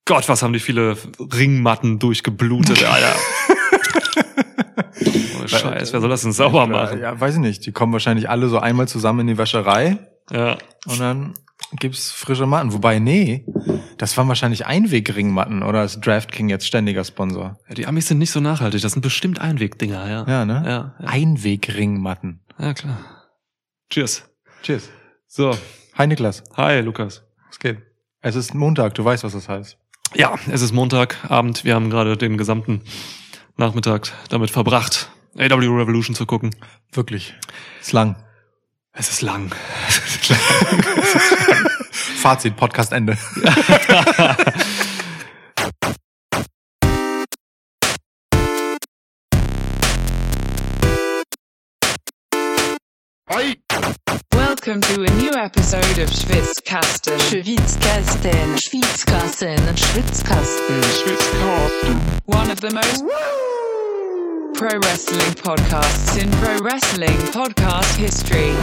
Gott, was haben die viele Ringmatten durchgeblutet, Alter. Oh, Scheiße, wer soll das denn sauber machen? Ja, weiß ich nicht. Die kommen wahrscheinlich alle so einmal zusammen in die Wäscherei. Ja. Und dann gibt's frische Matten. Wobei, nee, das waren wahrscheinlich Einwegringmatten, oder ist DraftKings jetzt ständiger Sponsor? Ja, die Amis sind nicht so nachhaltig. Das sind bestimmt Einwegdinger, ja. Ja, ne? Ja. Einwegringmatten. Ja, klar. Cheers. Cheers. So. Hi Niklas. Hi, Lukas. Was geht? Es ist Montag, du weißt, was das heißt. Ja, es ist Montagabend. Wir haben gerade den gesamten Nachmittag damit verbracht, AW Revolution zu gucken. Wirklich. Ist lang. Es ist lang. Fazit, Podcast Ende. Welcome to a new episode of Schwitzkasten. Schwitzkasten. Schwitzkasten. Schwitzkasten. One of the most pro wrestling podcasts in pro wrestling podcast history.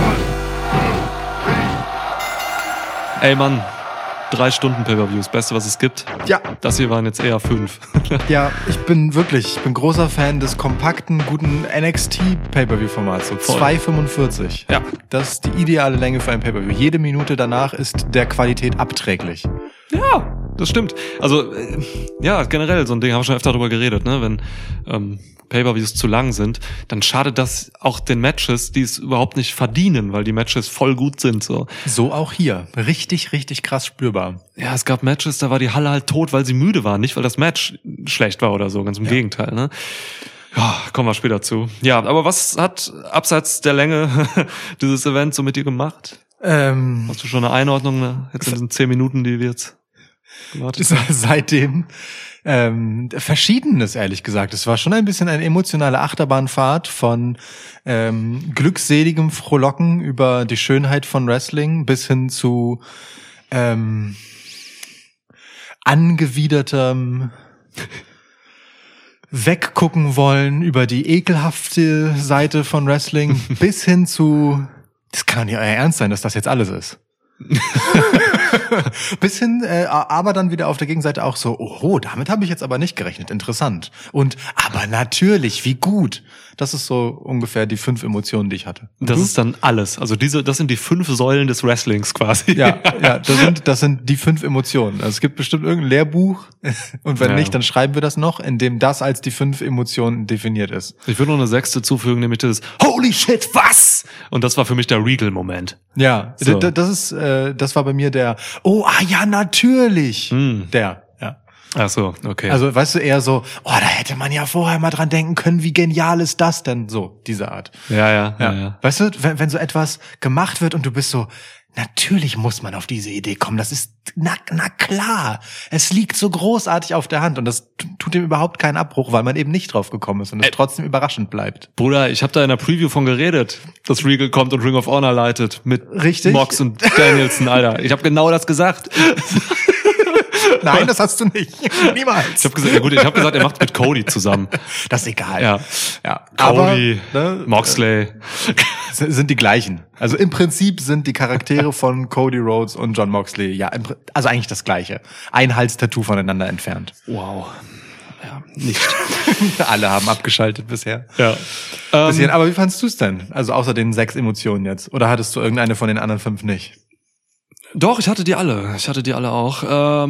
Ey Mann, 3 Stunden Pay-Per-Views, Beste, was es gibt. Ja. Das hier waren jetzt eher 5. Ja, ich bin großer Fan des kompakten, guten NXT-Pay-Per-View-Formats. So Voll. 2,45. Ja. Das ist die ideale Länge für ein Pay-Per-View. Jede Minute danach ist der Qualität abträglich. Ja, das stimmt. Also, ja, generell, so ein Ding, haben wir schon öfter darüber geredet, ne? Wenn Pay-Per-Views zu lang sind, dann schadet das auch den Matches, die es überhaupt nicht verdienen, weil die Matches voll gut sind, so. So auch hier. Richtig, richtig krass spürbar. Ja, es gab Matches, da war die Halle halt tot, weil sie müde waren, nicht weil das Match schlecht war oder so, ganz im Gegenteil, ne? Ja, kommen wir später zu. Ja, aber was hat abseits der Länge dieses Event so mit dir gemacht? Hast du schon eine Einordnung, ne? Jetzt in diesen 10 Minuten, die wir jetzt gewartet haben? Seitdem Verschiedenes, ehrlich gesagt. Es war schon ein bisschen eine emotionale Achterbahnfahrt von glückseligem Frohlocken über die Schönheit von Wrestling bis hin zu angewidertem weggucken wollen über die ekelhafte Seite von Wrestling bis hin zu, das kann nicht euer Ernst sein, dass das jetzt alles ist. Bis hin, aber dann wieder auf der Gegenseite auch so, oh, damit habe ich jetzt aber nicht gerechnet, interessant. Und, aber natürlich, wie gut. Das ist so ungefähr die 5 Emotionen, die ich hatte. Und Das du? ist dann alles. Also das sind die 5 Säulen des Wrestlings quasi. Ja, das sind die 5 Emotionen. Also es gibt bestimmt irgendein Lehrbuch und wenn Ja. nicht, dann schreiben wir das noch, in dem das als die 5 Emotionen definiert ist. Ich würde noch eine 6. zufügen, nämlich das Holy shit, was? Und das war für mich der Regal-Moment. Ja, So. das war bei mir der, ja, natürlich. Der, ja. Ach so, okay. Also, weißt du, eher so, da hätte man ja vorher mal dran denken können, wie genial ist das denn? So, diese Art. Ja. Weißt du, wenn so etwas gemacht wird und du bist so, natürlich muss man auf diese Idee kommen. Das ist, na klar. Es liegt so großartig auf der Hand und das tut ihm überhaupt keinen Abbruch, weil man eben nicht drauf gekommen ist und es trotzdem überraschend bleibt. Bruder, ich habe da in der Preview von geredet, dass Regal kommt und Ring of Honor leitet mit Richtig. Mox und Danielson, Alter. Ich habe genau das gesagt. Nein, das hast du nicht. Niemals. Ich habe gesagt, er macht mit Cody zusammen. Das ist egal. Ja. Aber, Cody, Moxley. sind die gleichen. Also im Prinzip sind die Charaktere von Cody Rhodes und Jon Moxley, also eigentlich das Gleiche. Ein Halstattoo voneinander entfernt. Wow. Ja, nicht. Alle haben abgeschaltet bisher. Ja. Aber wie fandst du es denn? Also außer den 6 Emotionen jetzt. Oder hattest du irgendeine von den anderen 5 nicht? Doch, ich hatte die alle. Ich hatte die alle auch.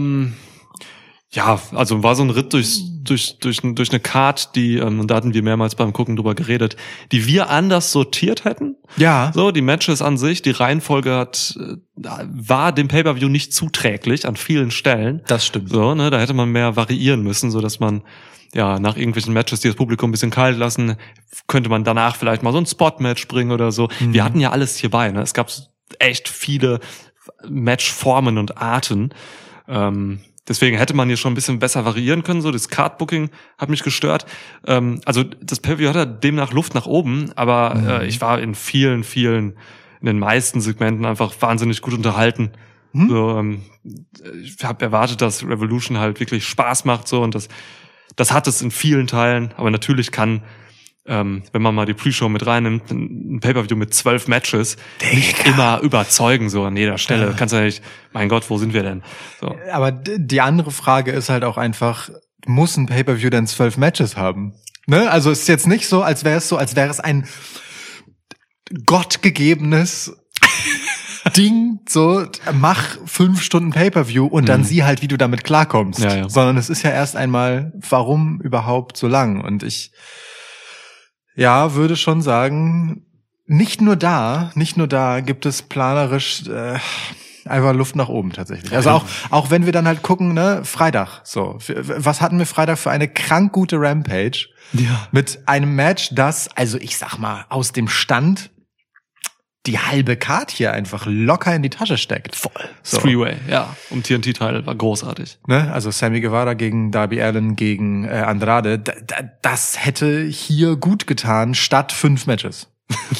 Ja, also war so ein Ritt durch eine Card, die, und da hatten wir mehrmals beim Gucken drüber geredet, die wir anders sortiert hätten. Ja. So, die Matches an sich, die Reihenfolge war dem Pay-Per-View nicht zuträglich an vielen Stellen. Das stimmt. So, ne, da hätte man mehr variieren müssen, so dass man, ja, nach irgendwelchen Matches, die das Publikum ein bisschen kalt lassen, könnte man danach vielleicht mal so ein Spot-Match bringen oder so. Wir hatten ja alles hierbei, ne. Es gab echt viele Matchformen und Arten. Deswegen hätte man hier schon ein bisschen besser variieren können. So, das Card-Booking hat mich gestört. Also das Pay-Per-View hatte demnach Luft nach oben, aber ich war in in den meisten Segmenten einfach wahnsinnig gut unterhalten. So, ich habe erwartet, dass Revolution halt wirklich Spaß macht, so, und das hat es in vielen Teilen. Aber natürlich kann wenn man mal die Pre-Show mit reinnimmt, ein Pay-Per-View mit 12 Matches, nicht immer überzeugen, so an jeder Stelle. Kannst du ja nicht, mein Gott, wo sind wir denn? So. Aber die andere Frage ist halt auch einfach, muss ein Pay-Per-View denn 12 Matches haben? Ne? Also es ist jetzt nicht so, als wäre es ein gottgegebenes Ding, so, mach 5 Stunden Pay-Per-View und dann sieh halt, wie du damit klarkommst. Ja. Sondern es ist ja erst einmal, warum überhaupt so lang? Und ich würde schon sagen, nicht nur da gibt es planerisch einfach Luft nach oben tatsächlich. Also auch wenn wir dann halt gucken, ne, Freitag, so, was hatten wir Freitag für eine krank gute Rampage mit einem Match, das, also ich sag mal, aus dem Stand die halbe Card hier einfach locker in die Tasche steckt. Voll. So. Three-Way, ja. Um TNT-Teil war großartig. Ne? Also Sammy Guevara gegen Darby Allin gegen Andrade. Das hätte hier gut getan, statt 5 Matches.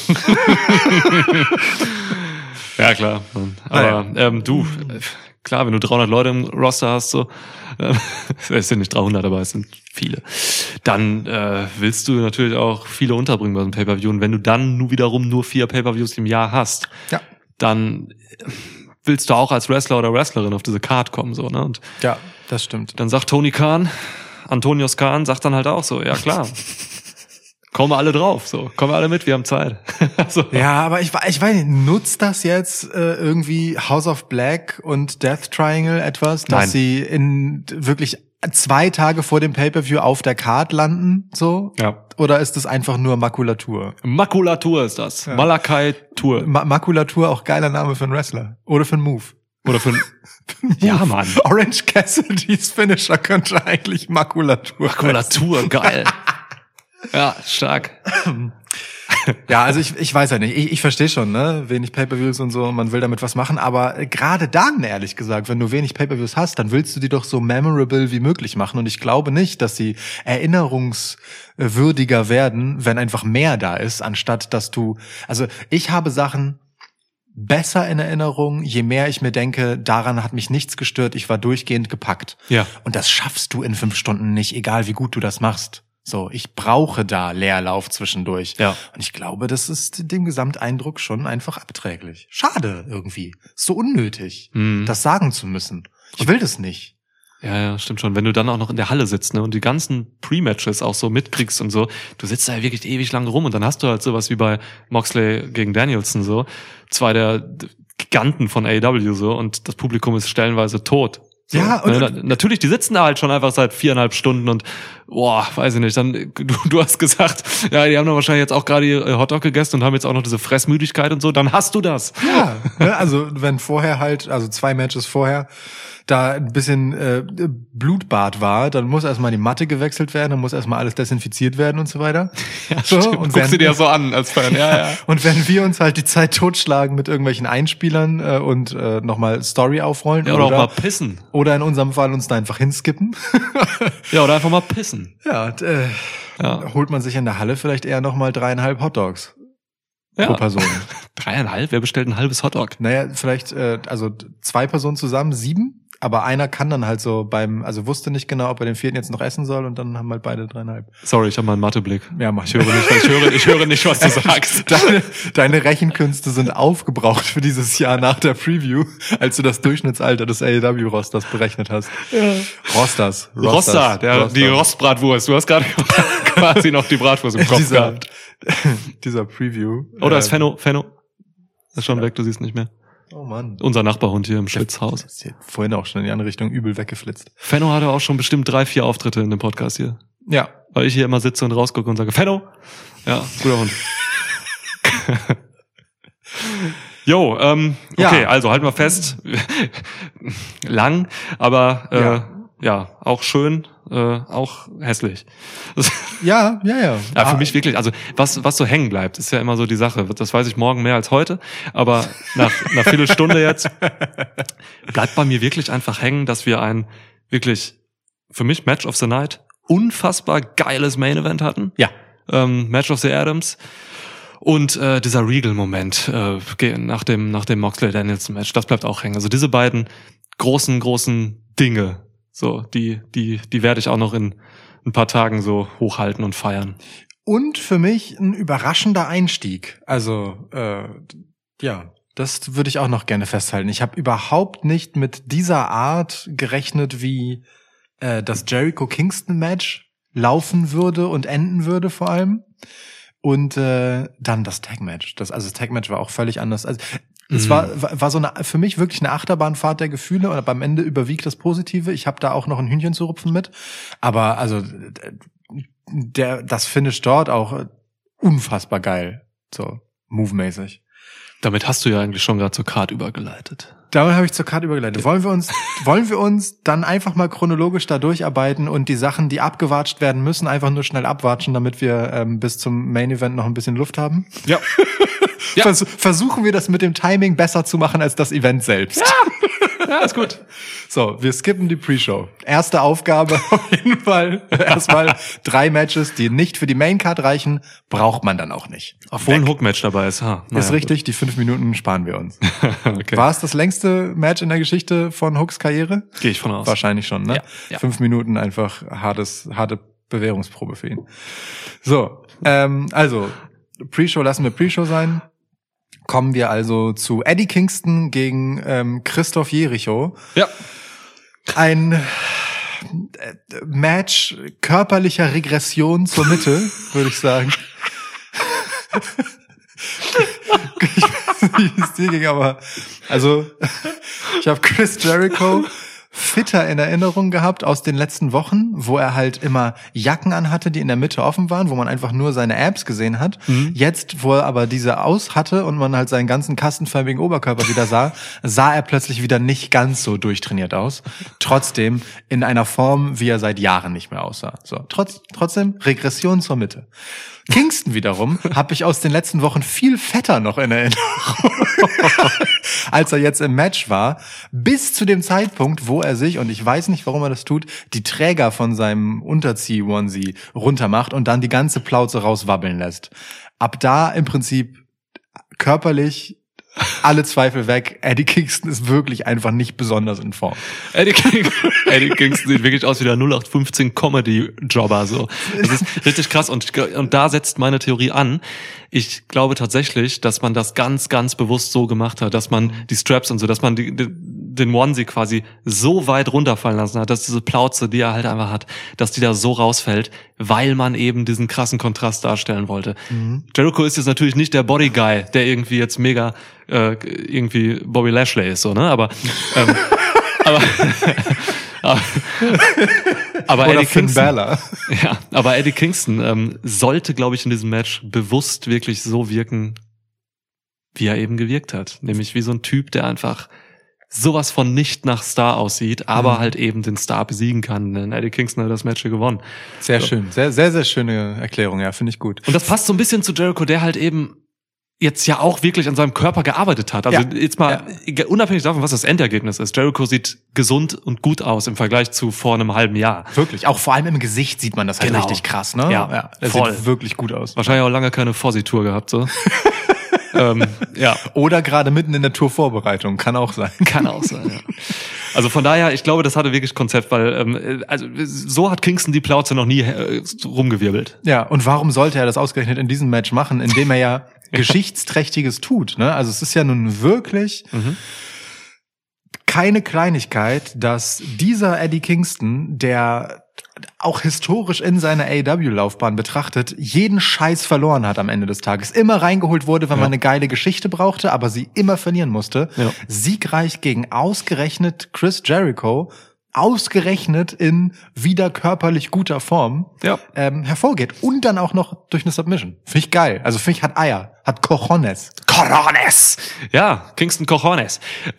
Ja, klar. Aber klar, wenn du 300 Leute im Roster hast, so, es sind nicht 300, aber es sind viele, dann willst du natürlich auch viele unterbringen bei so einem Pay-Per-View. Und wenn du dann nur 4 Pay-Per-Views im Jahr hast, dann willst du auch als Wrestler oder Wrestlerin auf diese Card kommen, so, ne? Und ja, das stimmt. dann sagt Antonius Khan sagt dann halt auch so, ja klar. Kommen wir alle drauf, so. Kommen wir alle mit, wir haben Zeit. So. Ja, aber ich weiß nicht, nutzt das jetzt irgendwie House of Black und Death Triangle etwas, dass sie in wirklich 2 Tage vor dem Pay-Per-View auf der Card landen, so? Ja. Oder ist das einfach nur Makulatur? Makulatur ist das. Ja. Malakai Tour. Makulatur, auch geiler Name für einen Wrestler. Oder für einen Move. Oder für ja, Mann. Orange Cassidy's Finisher könnte eigentlich Makulatur. Makulatur, geil. Ja, stark. Ja, also ich weiß ja nicht. Ich verstehe schon, ne? Wenig Pay-Per-Views und so, man will damit was machen. Aber gerade dann, ehrlich gesagt, wenn du wenig Pay-Per-Views hast, dann willst du die doch so memorable wie möglich machen. Und ich glaube nicht, dass sie erinnerungswürdiger werden, wenn einfach mehr da ist, anstatt dass du... Also ich habe Sachen besser in Erinnerung, je mehr ich mir denke, daran hat mich nichts gestört, ich war durchgehend gepackt. Ja. Und das schaffst du in 5 Stunden nicht, egal wie gut du das machst. So, ich brauche da Leerlauf zwischendurch. Ja. Und ich glaube, das ist dem Gesamteindruck schon einfach abträglich. Schade irgendwie. So unnötig, das sagen zu müssen. Ich will das nicht. Ja, stimmt schon. Wenn du dann auch noch in der Halle sitzt, ne, und die ganzen Pre-Matches auch so mitkriegst und so, du sitzt da ja wirklich ewig lang rum und dann hast du halt sowas wie bei Moxley gegen Danielson so, 2 der Giganten von AEW so, und das Publikum ist stellenweise tot. So, ja, und natürlich, die sitzen da halt schon einfach seit 4,5 Stunden und weiß ich nicht, dann du hast gesagt, ja, die haben doch wahrscheinlich jetzt auch gerade ihr Hotdog gegessen und haben jetzt auch noch diese Fressmüdigkeit und so, dann hast du das. Ja, ne, also wenn vorher halt, also 2 Matches vorher, da ein bisschen Blutbad war, dann muss erstmal die Matte gewechselt werden, dann muss erstmal alles desinfiziert werden und so weiter. Ja, so, stimmt. Und guckst du dir ja so an als Fan. Ja. Und wenn wir uns halt die Zeit totschlagen mit irgendwelchen Einspielern und nochmal Story aufrollen. Ja, oder auch mal pissen. Oder in unserem Fall uns da einfach hinskippen. Ja, oder einfach mal pissen. Ja, holt man sich in der Halle vielleicht eher nochmal 3,5 Hotdogs. Pro Person. 3,5? Wer bestellt ein halbes Hotdog? Naja, vielleicht, also 2 Personen zusammen, 7. Aber einer kann dann halt so also wusste nicht genau, ob er den 4. jetzt noch essen soll, und dann haben halt beide 3,5. Sorry, ich habe mal einen Matheblick. Ja, mach ich höre nicht, was du sagst. Deine Rechenkünste sind aufgebraucht für dieses Jahr nach der Preview, als du das Durchschnittsalter des AEW-Rosters berechnet hast. Ja. Roster, die Rostbratwurst. Du hast gerade quasi noch die Bratwurst im Kopf gehabt. Dieser Preview. Oder ist Fenno? Ist schon weg, du siehst nicht mehr. Oh Mann. Unser Nachbarhund hier im Schlitzhaus. Ist hier vorhin auch schon in die andere Richtung übel weggeflitzt. Fenno hatte auch schon bestimmt 3-4 Auftritte in dem Podcast hier. Ja. Weil ich hier immer sitze und rausgucke und sage, Fenno! Ja, guter Hund. Jo, okay, also halten wir fest. Lang, aber auch schön, auch hässlich. Ja. Ja, für mich wirklich, also was so hängen bleibt, ist ja immer so die Sache. Das weiß ich morgen mehr als heute, aber nach einer Viertelstunde jetzt bleibt bei mir wirklich einfach hängen, dass wir ein wirklich, für mich Match of the Night, unfassbar geiles Main Event hatten. Ja. Match of the Adams. Und dieser Regal-Moment nach dem Moxley-Danielson-Match, das bleibt auch hängen. Also diese beiden großen Dinge, so die werde ich auch noch in ein paar Tagen so hochhalten und feiern. Und für mich ein überraschender Einstieg. Also, ja, das würde ich auch noch gerne festhalten. Ich habe überhaupt nicht mit dieser Art gerechnet, wie das Jericho-Kingston-Match laufen würde und enden würde vor allem. Und dann das Tag-Match. Das Tag-Match war auch völlig anders. Also es war so für mich wirklich eine Achterbahnfahrt der Gefühle und am Ende überwiegt das Positive. Ich habe da auch noch ein Hühnchen zu rupfen mit. Aber also das Finish dort auch unfassbar geil. So, move-mäßig. Damit hast du ja eigentlich schon gerade zur Card übergeleitet. Damit habe ich zur Card übergeleitet. Wollen wir uns dann einfach mal chronologisch da durcharbeiten und die Sachen, die abgewatscht werden müssen, einfach nur schnell abwatschen, damit wir bis zum Main Event noch ein bisschen Luft haben? Ja. Ja. Versuchen wir das mit dem Timing besser zu machen als das Event selbst. Ja, ist gut. So, wir skippen die Pre-Show. Erste Aufgabe auf jeden Fall. Erstmal 3 Matches, die nicht für die Maincard reichen, braucht man dann auch nicht. Obwohl ein Hook-Match dabei ist. Ist richtig, die 5 Minuten sparen wir uns. Okay. War es das längste Match in der Geschichte von Hooks Karriere? Gehe ich von aus. Wahrscheinlich schon, ne? Ja. 5 Minuten einfach harte Bewährungsprobe für ihn. So, also Pre-Show lassen wir Pre-Show sein. Kommen wir also zu Eddie Kingston gegen Christoph Jericho. Ja. Ein Match körperlicher Regression zur Mitte, würde ich sagen. Ich weiß nicht, wie es dir ging, aber also ich habe Chris Jericho fitter in Erinnerung gehabt aus den letzten Wochen, wo er halt immer Jacken anhatte, die in der Mitte offen waren, wo man einfach nur seine Abs gesehen hat. Jetzt, wo er aber diese aus hatte und man halt seinen ganzen kastenförmigen Oberkörper wieder sah er plötzlich wieder nicht ganz so durchtrainiert aus. Trotzdem in einer Form, wie er seit Jahren nicht mehr aussah. So, trotzdem Regression zur Mitte. Kingston wiederum habe ich aus den letzten Wochen viel fetter noch in Erinnerung, als er jetzt im Match war, bis zu dem Zeitpunkt, wo er sich, und ich weiß nicht, warum er das tut, die Träger von seinem Unterzieh-Onesie runtermacht und dann die ganze Plauze rauswabbeln lässt. Ab da im Prinzip körperlich alle Zweifel weg. Eddie Kingston ist wirklich einfach nicht besonders in Form. Eddie Kingston sieht wirklich aus wie der 0815 Comedy-Jobber, so. Das ist richtig krass und da setzt meine Theorie an. Ich glaube tatsächlich, dass man das ganz, ganz bewusst so gemacht hat, dass man die Straps und so, dass man den Onesie quasi so weit runterfallen lassen hat, dass diese Plauze, die er halt einfach hat, dass die da so rausfällt, weil man eben diesen krassen Kontrast darstellen wollte. Jericho ist jetzt natürlich nicht der Body-Guy, der irgendwie jetzt mega irgendwie Bobby Lashley ist, so, ne? Aber Eddie Kingston, ja, aber Eddie Kingston sollte, glaube ich, in diesem Match bewusst wirklich so wirken, wie er eben gewirkt hat. Nämlich wie so ein Typ, der einfach sowas von nicht nach Star aussieht, aber halt eben den Star besiegen kann. Denn Eddie Kingston hat das Match hier gewonnen. Sehr schön. Sehr, sehr, sehr schöne Erklärung, ja, finde ich gut. Und das passt so ein bisschen zu Jericho, der halt eben jetzt ja auch wirklich an seinem Körper gearbeitet hat. Also jetzt mal, unabhängig davon, was das Endergebnis ist. Jericho sieht gesund und gut aus im Vergleich zu vor einem halben Jahr. Wirklich. Auch vor allem im Gesicht sieht man das halt richtig krass, ne? Ja, er sieht wirklich gut aus. Wahrscheinlich auch lange keine Fossi-Tour gehabt, so. Ja. Oder gerade mitten in der Tourvorbereitung. Kann auch sein. Kann auch sein, ja. Also von daher, ich glaube, das hatte wirklich Konzept, weil also so hat Kingston die Plauze noch nie rumgewirbelt. Ja, und warum sollte er das ausgerechnet in diesem Match machen, indem er ja Geschichtsträchtiges tut, ne? Also es ist ja nun wirklich keine Kleinigkeit, dass dieser Eddie Kingston, der auch historisch in seiner AEW-Laufbahn betrachtet, jeden Scheiß verloren hat am Ende des Tages. Immer reingeholt wurde, wenn man eine geile Geschichte brauchte, aber sie immer verlieren musste. Ja. Siegreich gegen ausgerechnet Chris Jericho, ausgerechnet in wieder körperlich guter Form hervorgeht. Und dann auch noch durch eine Submission. Finde ich geil. Also finde ich, hat Eier. Hat Cojones. Cojones! Ja, Kingston Cojones.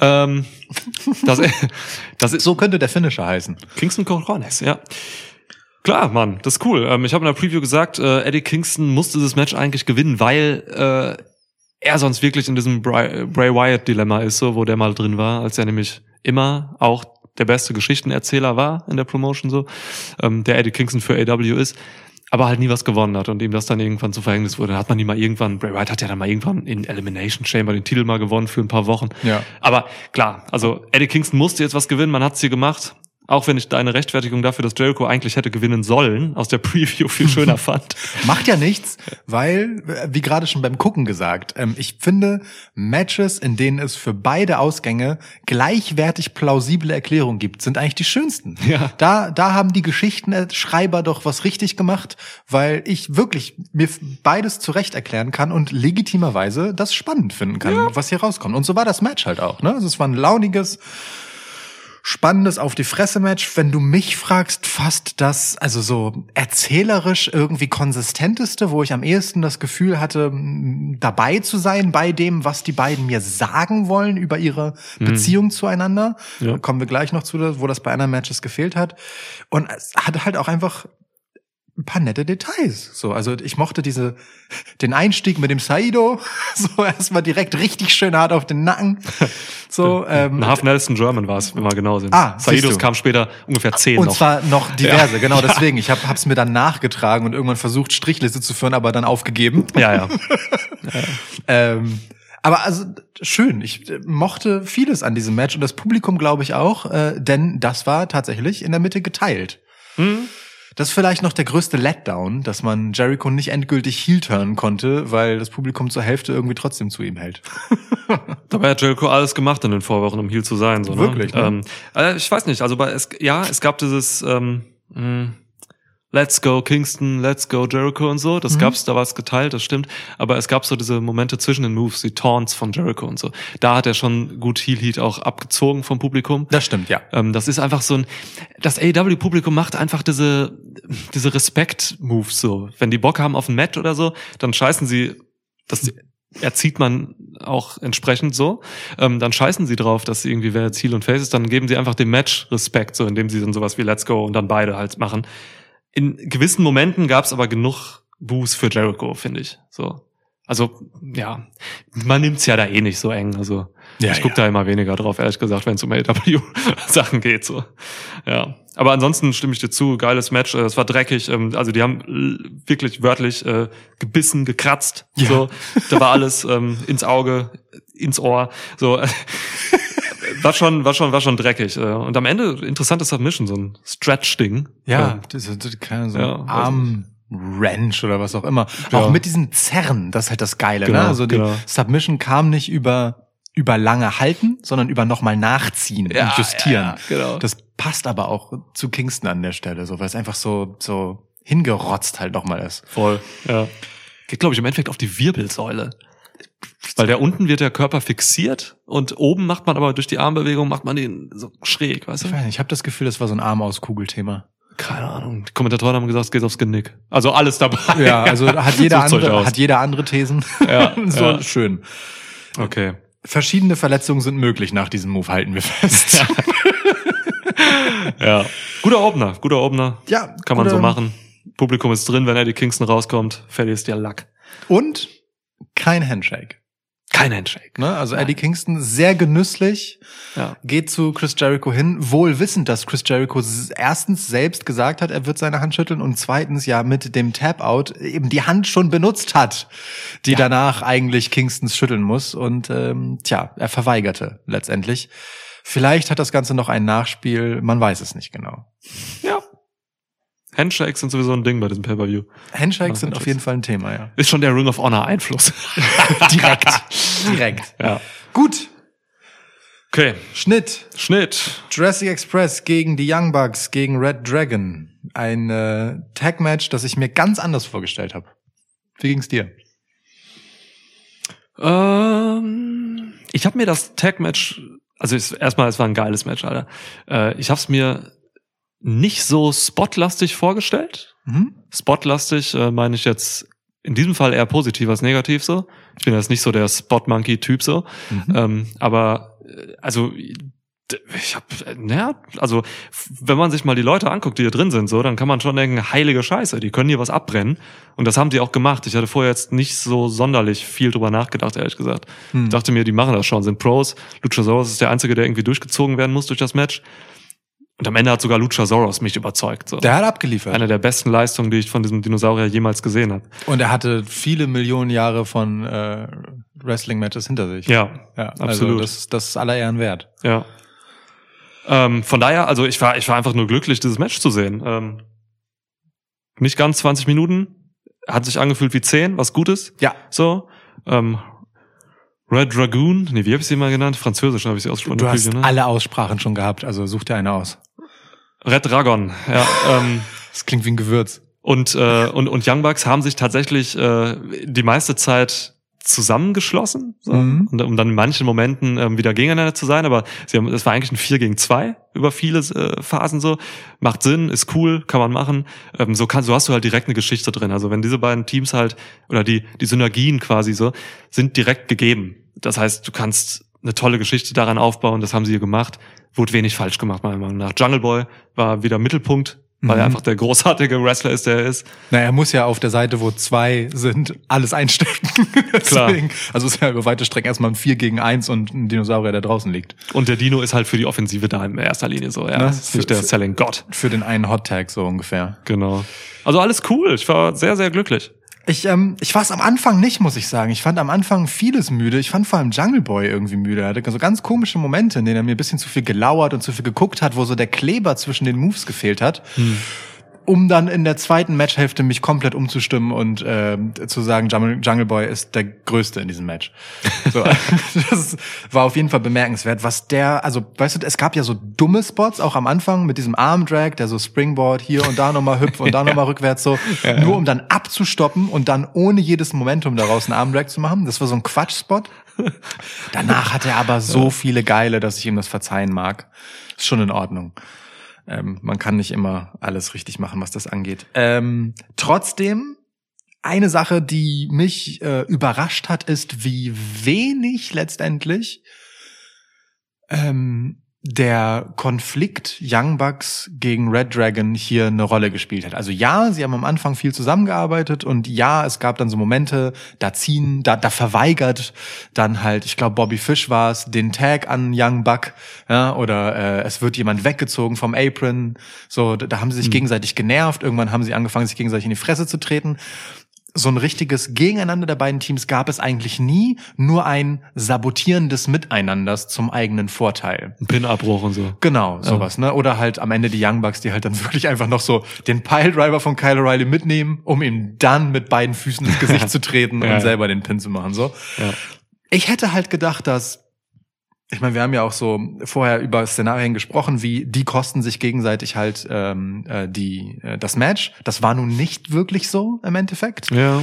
Das ist so könnte der Finisher heißen. Kingston Cojones, ja. Klar, Mann, das ist cool. Ich habe in der Preview gesagt, Eddie Kingston musste dieses Match eigentlich gewinnen, weil er sonst wirklich in diesem Bray Wyatt-Dilemma ist, so, wo der mal drin war, als er nämlich immer auch der beste Geschichtenerzähler war in der Promotion, so, der Eddie Kingston für AEW ist, aber halt nie was gewonnen hat und ihm das dann irgendwann zu Verhängnis wurde. Da hat man nie mal irgendwann, Bray Wyatt hat ja dann mal irgendwann in Elimination Chamber den Titel mal gewonnen für ein paar Wochen. Ja. Aber klar, also Eddie Kingston musste jetzt was gewinnen, man hat's hier gemacht. Auch wenn ich deine Rechtfertigung dafür, dass Jericho eigentlich hätte gewinnen sollen, aus der Preview viel schöner fand. Macht ja nichts, weil, wie gerade schon beim Gucken gesagt, ich finde Matches, in denen es für beide Ausgänge gleichwertig plausible Erklärungen gibt, sind eigentlich die schönsten. Ja. Da haben die Geschichtenschreiber doch was richtig gemacht, weil ich wirklich mir beides zurecht erklären kann und legitimerweise das spannend finden kann, was hier rauskommt. Und so war das Match halt auch, ne? Also es war ein launiges, spannendes Auf-die-Fresse-Match, wenn du mich fragst, fast das, also so erzählerisch irgendwie konsistenteste, wo ich am ehesten das Gefühl hatte, dabei zu sein bei dem, was die beiden mir sagen wollen über ihre Beziehung zueinander. Ja. Kommen wir gleich noch zu, wo das bei anderen Matches gefehlt hat. Und es hat halt auch einfach ein paar nette Details. So, also ich mochte den Einstieg mit dem Saito, so erstmal direkt richtig schön hart auf den Nacken. So, Ein Half Nelson German war es, wenn wir genau sind. Siehst Saitos du. kam später ungefähr 10 und noch. zwar noch diverse, genau deswegen. Ich hab's mir dann nachgetragen und irgendwann versucht, Strichliste zu führen, aber dann aufgegeben. Ja. Aber also schön, ich mochte vieles an diesem Match und das Publikum glaube ich auch, denn das war tatsächlich in der Mitte geteilt. Das ist vielleicht noch der größte Letdown, dass man Jericho nicht endgültig heel-turnen konnte, weil das Publikum zur Hälfte irgendwie trotzdem zu ihm hält. Dabei hat Jericho alles gemacht in den Vorwochen, um heel zu sein. So, ne? Wirklich, ne? Ich weiß nicht, also es gab dieses Let's go Kingston, Let's go Jericho und so. Das gab's, da war es geteilt, das stimmt. Aber es gab so diese Momente zwischen den Moves, die Taunts von Jericho und so. Da hat er schon gut Heel-Heat auch abgezogen vom Publikum. Das stimmt, ja. Das ist einfach so das AEW-Publikum macht einfach diese Respekt-Moves so. Wenn die Bock haben auf ein Match oder so, dann scheißen sie, das erzieht man auch entsprechend so, dann scheißen sie drauf, dass sie irgendwie wer jetzt Heel und Face ist, dann geben sie einfach dem Match Respekt, so indem sie dann sowas wie Let's Go und dann beide halt machen. In gewissen Momenten gab's aber genug Boos für Jericho, finde ich. So, also ja, man nimmt's ja da eh nicht so eng. Also ich guck da immer weniger drauf, ehrlich gesagt, wenn es um AEW-Sachen geht. So, ja. Aber ansonsten stimme ich dir zu. Geiles Match. Es war dreckig. Also die haben wirklich wörtlich gebissen, gekratzt. Ja. So, da war alles ins Auge, ins Ohr. So. War schon dreckig. Und am Ende interessantes Submission, so ein Stretch-Ding. Ja, das keine so Arm-Wrench oder was auch immer. Ja. Auch mit diesen Zerren, das ist halt das Geile. Genau, Ne? Also die genau. Submission kam nicht über lange halten, sondern über nochmal nachziehen und justieren. Ja, genau. Das passt aber auch zu Kingston an der Stelle, so weil es einfach so hingerotzt halt nochmal ist. Voll, ja. Geht, glaube ich, im Endeffekt auf die Wirbelsäule. Weil da unten wird der Körper fixiert und oben macht man aber durch die Armbewegung macht man den so schräg, weißt du? Ich weiß nicht, ich habe das Gefühl, das war so ein Arm aus Kugelthema. Keine Ahnung. Die Kommentatoren haben gesagt, es geht aufs Genick. Also alles dabei. Ja, also hat jeder Sucht's euch aus. andere Thesen. Ja, so ja. schön. Okay. Verschiedene Verletzungen sind möglich nach diesem Move, halten wir fest. Ja. Guter Opener. Ja, kann man so machen. Publikum ist drin, wenn Eddie Kingston rauskommt. Fertig ist der Lack. Und kein Handshake. Kein Handshake. Ne? Also Eddie Kingston sehr genüsslich, geht zu Chris Jericho hin, wohl wissend, dass Chris Jericho erstens selbst gesagt hat, er wird seine Hand schütteln und zweitens ja mit dem Tap-Out eben die Hand schon benutzt hat, die danach eigentlich Kingstons schütteln muss und er verweigerte letztendlich. Vielleicht hat das Ganze noch ein Nachspiel, man weiß es nicht genau. Ja. Handshakes sind sowieso ein Ding bei diesem Pay-Per-View. Handshakes sind auf jeden Fall ein Thema, ja. Ist schon der Ring of Honor Einfluss. Direkt. Ja. Gut. Okay. Schnitt. Jurassic Express gegen die Young Bucks gegen Red Dragon. Ein Tag-Match, das ich mir ganz anders vorgestellt habe. Wie ging's dir? Ich habe mir das Tag-Match, also es war ein geiles Match, Alter. Ich habe es mir nicht so spotlastig vorgestellt. Spotlastig meine ich jetzt in diesem Fall eher positiv als negativ so. Ich bin jetzt nicht so der Spot-Monkey-Typ so. Aber also wenn man sich mal die Leute anguckt, die hier drin sind, so, dann kann man schon denken, heilige Scheiße, die können hier was abbrennen. Und das haben die auch gemacht. Ich hatte vorher jetzt nicht so sonderlich viel drüber nachgedacht, ehrlich gesagt. Ich dachte mir, die machen das schon, sind Pros. Luchasaurus ist der Einzige, der irgendwie durchgezogen werden muss durch das Match. Und am Ende hat sogar Luchasaurus mich überzeugt. So. Der hat abgeliefert. Eine der besten Leistungen, die ich von diesem Dinosaurier jemals gesehen habe. Und er hatte viele Millionen Jahre von Wrestling-Matches hinter sich. Ja, also absolut. das ist aller Ehren wert. Ja. Von daher, also ich war einfach nur glücklich, dieses Match zu sehen. Nicht ganz 20 Minuten, hat sich angefühlt wie 10, was Gutes. Ja. So. Red Dragoon, wie habe ich sie mal genannt? Französisch habe ich sie ausgesprochen. Du hast ne? alle Aussprachen schon gehabt, also such dir eine aus. Red Dragon, ja. Das klingt wie ein Gewürz. Und Young Bucks haben sich tatsächlich die meiste Zeit zusammengeschlossen, so, um dann in manchen Momenten wieder gegeneinander zu sein, aber es war eigentlich ein 4-gegen-2 über viele Phasen so. Macht Sinn, ist cool, kann man machen. So hast du halt direkt eine Geschichte drin. Also wenn diese beiden Teams halt, oder die Synergien quasi so, sind direkt gegeben. Das heißt, du kannst eine tolle Geschichte daran aufbauen, das haben sie hier gemacht. Wurde wenig falsch gemacht, meiner Meinung nach. Jungle Boy war wieder Mittelpunkt, weil er einfach der großartige Wrestler ist, der er ist. Na, er muss ja auf der Seite, wo 2 sind, alles einstecken. Deswegen, also ist ja über weite Strecken erstmal ein 4-gegen-1 und ein Dinosaurier, der draußen liegt. Und der Dino ist halt für die Offensive da in erster Linie so. Ja, ist nicht der Selling God. Für den einen Hot Tag so ungefähr. Genau. Also alles cool. Ich war sehr, sehr glücklich. Ich war es am Anfang nicht, muss ich sagen. Ich fand am Anfang vieles müde. Ich fand vor allem Jungle Boy irgendwie müde. Er hatte so ganz komische Momente, in denen er mir ein bisschen zu viel gelauert und zu viel geguckt hat, wo so der Kleber zwischen den Moves gefehlt hat. Um dann in der zweiten Matchhälfte mich komplett umzustimmen und zu sagen, Jungle Boy ist der Größte in diesem Match. So, das war auf jeden Fall bemerkenswert, also weißt du, es gab ja so dumme Spots, auch am Anfang mit diesem Armdrag, der so Springboard hier und da nochmal hüpft und da nochmal rückwärts so, nur um dann abzustoppen und dann ohne jedes Momentum daraus einen Armdrag zu machen. Das war so ein Quatschspot. Danach hat er aber so viele geile, dass ich ihm das verzeihen mag. Ist schon in Ordnung. Man kann nicht immer alles richtig machen, was das angeht. Trotzdem, eine Sache, die mich überrascht hat, ist, wie wenig letztendlich der Konflikt Young Bucks gegen Red Dragon hier eine Rolle gespielt hat. Also ja, sie haben am Anfang viel zusammengearbeitet und ja, es gab dann so Momente, da verweigert dann halt, ich glaube Bobby Fish war es, den Tag an Young Buck, ja, oder es wird jemand weggezogen vom Apron, so, da haben sie sich gegenseitig genervt, irgendwann haben sie angefangen, sich gegenseitig in die Fresse zu treten. So ein richtiges Gegeneinander der beiden Teams gab es eigentlich nie, nur ein Sabotieren des Miteinanders zum eigenen Vorteil. Ein Pin-Abbruch und so. Genau, sowas, ne? Oder halt am Ende die Young Bucks, die halt dann wirklich einfach noch so den Piledriver von Kyle O'Reilly mitnehmen, um ihm dann mit beiden Füßen ins Gesicht zu treten und selber den Pin zu machen, so. Ja. Ich hätte halt gedacht, ich meine, wir haben ja auch so vorher über Szenarien gesprochen, wie die kosten sich gegenseitig halt das Match. Das war nun nicht wirklich so im Endeffekt. Ja.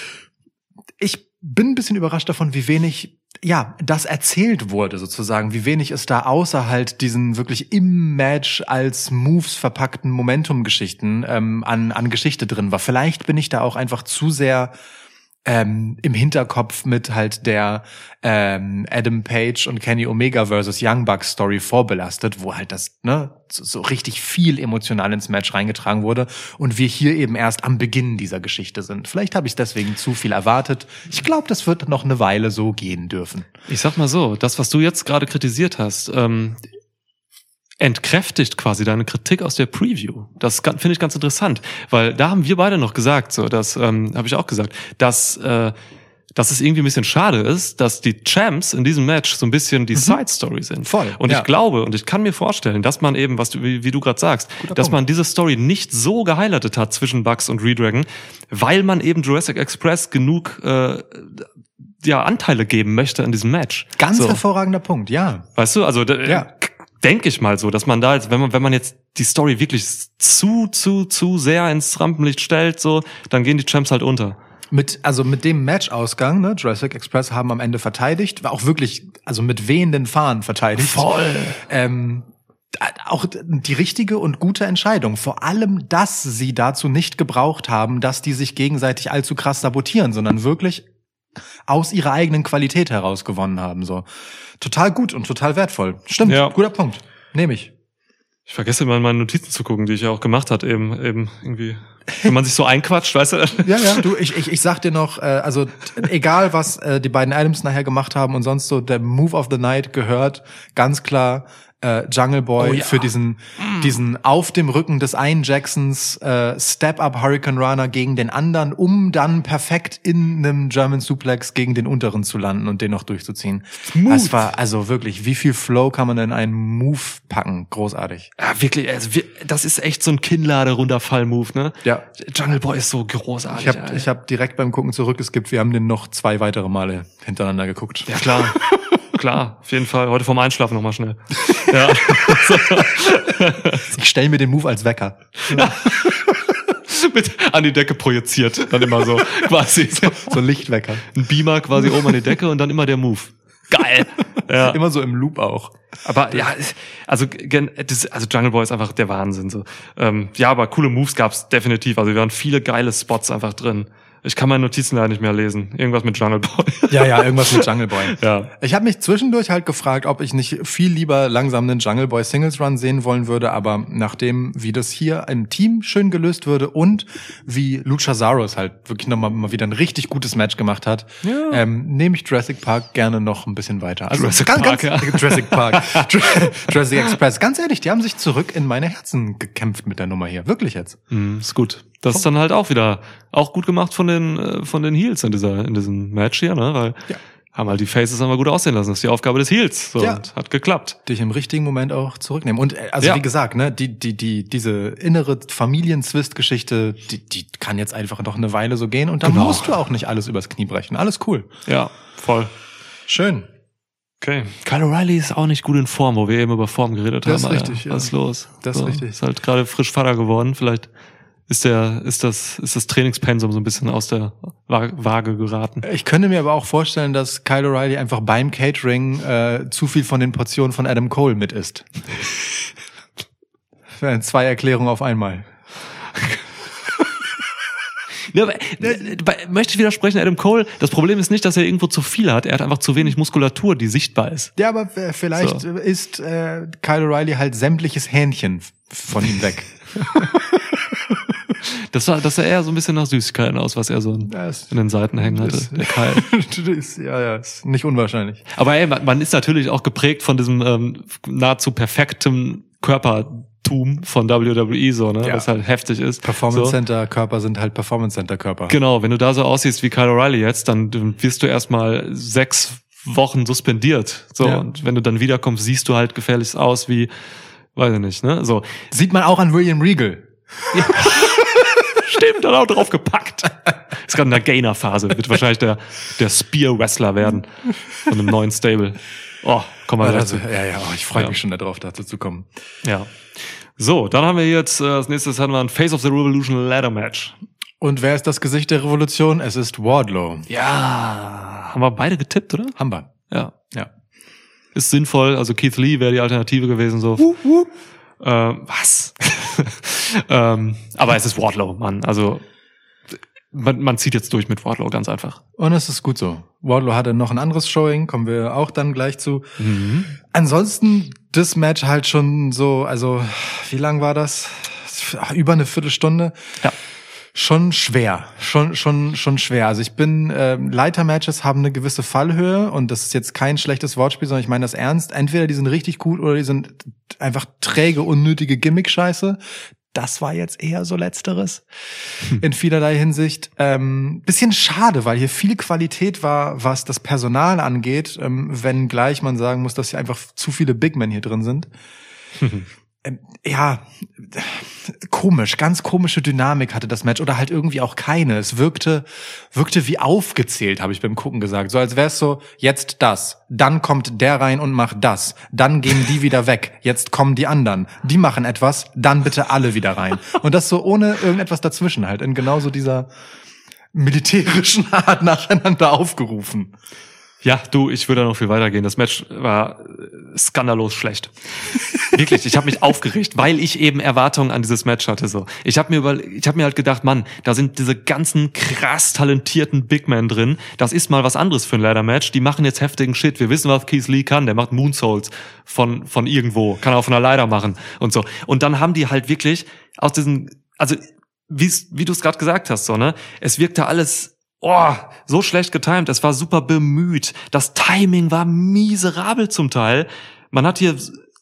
Ich bin ein bisschen überrascht davon, wie wenig das erzählt wurde sozusagen, wie wenig es da außer halt diesen wirklich im Match als Moves verpackten Momentum-Geschichten an Geschichte drin war. Vielleicht bin ich da auch einfach zu sehr im Hinterkopf mit halt der Adam Page und Kenny Omega versus Young Bucks Story vorbelastet, wo halt das so richtig viel emotional ins Match reingetragen wurde und wir hier eben erst am Beginn dieser Geschichte sind. Vielleicht habe ich deswegen zu viel erwartet. Ich glaube, das wird noch eine Weile so gehen dürfen. Ich sag mal so, das, was du jetzt gerade kritisiert hast, entkräftigt quasi deine Kritik aus der Preview. Das finde ich ganz interessant, weil da haben wir beide noch gesagt, so das habe ich auch gesagt, dass es irgendwie ein bisschen schade ist, dass die Champs in diesem Match so ein bisschen die Side-Story sind. Voll. Und ich glaube und ich kann mir vorstellen, dass man eben, wie du gerade sagst, dass man diese Story nicht so gehighlightet hat zwischen Bucks und Redragon, weil man eben Jurassic Express genug Anteile geben möchte in diesem Match. Ganz hervorragender Punkt, ja. Weißt du, also denke ich mal so, dass man da jetzt, wenn man jetzt die Story wirklich zu sehr ins Rampenlicht stellt, so, dann gehen die Champs halt unter. Mit dem Matchausgang, ne, Jurassic Express haben am Ende verteidigt, war auch wirklich, also mit wehenden Fahnen verteidigt. Voll. Auch die richtige und gute Entscheidung. Vor allem, dass sie dazu nicht gebraucht haben, dass die sich gegenseitig allzu krass sabotieren, sondern wirklich aus ihrer eigenen Qualität heraus gewonnen haben, so. Total gut und total wertvoll. Stimmt, guter Punkt. Nehme ich. Ich vergesse immer in meine Notizen zu gucken, die ich ja auch gemacht hat, eben irgendwie, wenn man sich so einquatscht, weißt du? Ja, du, ich sag dir noch, also egal was die beiden Adams nachher gemacht haben und sonst so, der Move of the Night gehört ganz klar Jungle Boy Oh ja. für diesen auf dem Rücken des einen Jacksons Step-Up Hurricane Runner gegen den anderen, um dann perfekt in einem German Suplex gegen den unteren zu landen und den noch durchzuziehen. Smooth. Das war also wirklich, wie viel Flow kann man in einen Move packen? Großartig. Ja, wirklich, also das ist echt so ein Kinnlade-Runterfall-Move, ne? Ja. Jungle Boy ist so großartig. Ich hab direkt beim Gucken wir haben den noch 2 weitere Male hintereinander geguckt. Ja, klar. Klar, auf jeden Fall. Heute vorm Einschlafen nochmal schnell. Ja. Ich stelle mir den Move als Wecker. Mit an die Decke projiziert. Dann immer so quasi. So Lichtwecker. Ein Beamer quasi oben an die Decke und dann immer der Move. Geil. Ja. Immer so im Loop auch. Aber ja, also Jungle Boy ist einfach der Wahnsinn. So. Ja, aber coole Moves gab's definitiv. Also wir waren viele geile Spots einfach drin. Ich kann meine Notizen leider nicht mehr lesen. Irgendwas mit Jungle Boy. Ja, irgendwas mit Jungle Boy. Ja. Ich habe mich zwischendurch halt gefragt, ob ich nicht viel lieber langsam einen Jungle Boy Singles Run sehen wollen würde, aber nachdem, wie das hier im Team schön gelöst würde und wie Luchasaurus halt wirklich nochmal mal wieder ein richtig gutes Match gemacht hat, nehme ich Jurassic Park gerne noch ein bisschen weiter. Also Jurassic Park, ja. Jurassic Park. Jurassic Express. Ganz ehrlich, die haben sich zurück in meine Herzen gekämpft mit der Nummer hier. Wirklich jetzt. Ist gut. Das ist dann halt auch wieder gut gemacht von den Heels in diesem Match hier, ne? Weil haben halt die Faces einmal gut aussehen lassen. Das ist die Aufgabe des Heels. So, und hat geklappt. Dich im richtigen Moment auch zurücknehmen. Und wie gesagt, ne, diese innere Familienzwist-Geschichte, die kann jetzt einfach noch eine Weile so gehen und dann musst du auch nicht alles übers Knie brechen. Alles cool. Ja, voll. Schön. Okay. Kyle O'Reilly ist auch nicht gut in Form, wo wir eben über Form geredet haben. Das ist richtig, Was ist los? Das ist richtig. Ist halt gerade frisch Vater geworden. Vielleicht ist das Trainingspensum so ein bisschen aus der Waage geraten. Ich könnte mir aber auch vorstellen, dass Kyle O'Reilly einfach beim Catering zu viel von den Portionen von Adam Cole mit isst. 2 Erklärungen auf einmal. Ja, aber, möchte ich widersprechen, Adam Cole, das Problem ist nicht, dass er irgendwo zu viel hat, er hat einfach zu wenig Muskulatur, die sichtbar ist. Ja, aber vielleicht isst Kyle O'Reilly halt sämtliches Hähnchen von ihm weg. Das sah eher so ein bisschen nach Süßigkeiten aus, was er so in den Seiten hängen hatte. Der Kyle. Ist nicht unwahrscheinlich. Aber ey, man ist natürlich auch geprägt von diesem nahezu perfektem Körpertum von WWE, so, ne, was halt heftig ist. Performance Center Körper sind halt Performance Center Körper. Genau, wenn du da so aussiehst wie Kyle O'Reilly jetzt, dann wirst du erstmal 6 Wochen suspendiert. So, und wenn du dann wiederkommst, siehst du halt gefährlich aus wie, weiß ich nicht, ne, so. Sieht man auch an William Regal. Ja. Stimmt, hat auch drauf gepackt. Ist gerade in der Gainer-Phase. Wird wahrscheinlich der Spear-Wrestler werden von einem neuen Stable. Oh, komm mal dazu. Ich freue mich schon darauf, dazu zu kommen. Ja. So, dann haben wir jetzt, als nächstes hatten wir ein Face of the Revolution Ladder Match. Und wer ist das Gesicht der Revolution? Es ist Wardlow. Ja. Haben wir beide getippt, oder? Haben wir. Ja. Ist sinnvoll, also Keith Lee wäre die Alternative gewesen, so. Was? Aber es ist Wardlow, Mann. Also man zieht jetzt durch mit Wardlow, ganz einfach. Und es ist gut so. Wardlow hatte noch ein anderes Showing, kommen wir auch dann gleich zu. Ansonsten das Match halt schon so, also wie lang war das? Über eine Viertelstunde. Ja. Schon schwer, schon schwer. Also ich bin, Leitermatches haben eine gewisse Fallhöhe und das ist jetzt kein schlechtes Wortspiel, sondern ich meine das ernst. Entweder die sind richtig gut oder die sind einfach träge, unnötige Gimmick-Scheiße. Das war jetzt eher so Letzteres in vielerlei Hinsicht. Bisschen schade, weil hier viel Qualität war, was das Personal angeht, wenngleich man sagen muss, dass hier einfach zu viele Big Men hier drin sind. Komisch, ganz komische Dynamik hatte das Match oder halt irgendwie auch keine. Es wirkte wie aufgezählt, habe ich beim Gucken gesagt. So als wäre es so, jetzt das, dann kommt der rein und macht das, dann gehen die wieder weg, jetzt kommen die anderen, die machen etwas, dann bitte alle wieder rein. Und das so ohne irgendetwas dazwischen halt, in genauso dieser militärischen Art nacheinander aufgerufen. Ja, ich würde da noch viel weitergehen. Das Match war skandalös schlecht. Wirklich, ich habe mich aufgeregt, weil ich eben Erwartungen an dieses Match hatte. So, ich habe mir halt gedacht, Mann, da sind diese ganzen krass talentierten Big Men drin. Das ist mal was anderes für ein Leiter-Match. Die machen jetzt heftigen Shit. Wir wissen, was Keith Lee kann. Der macht Moonsaults von irgendwo, kann auch von einer Leiter machen und so. Und dann haben die halt wirklich aus diesen, also wie du es gerade gesagt hast, so, ne? Es wirkte alles so schlecht getimed. Es war super bemüht. Das Timing war miserabel zum Teil. Man hat hier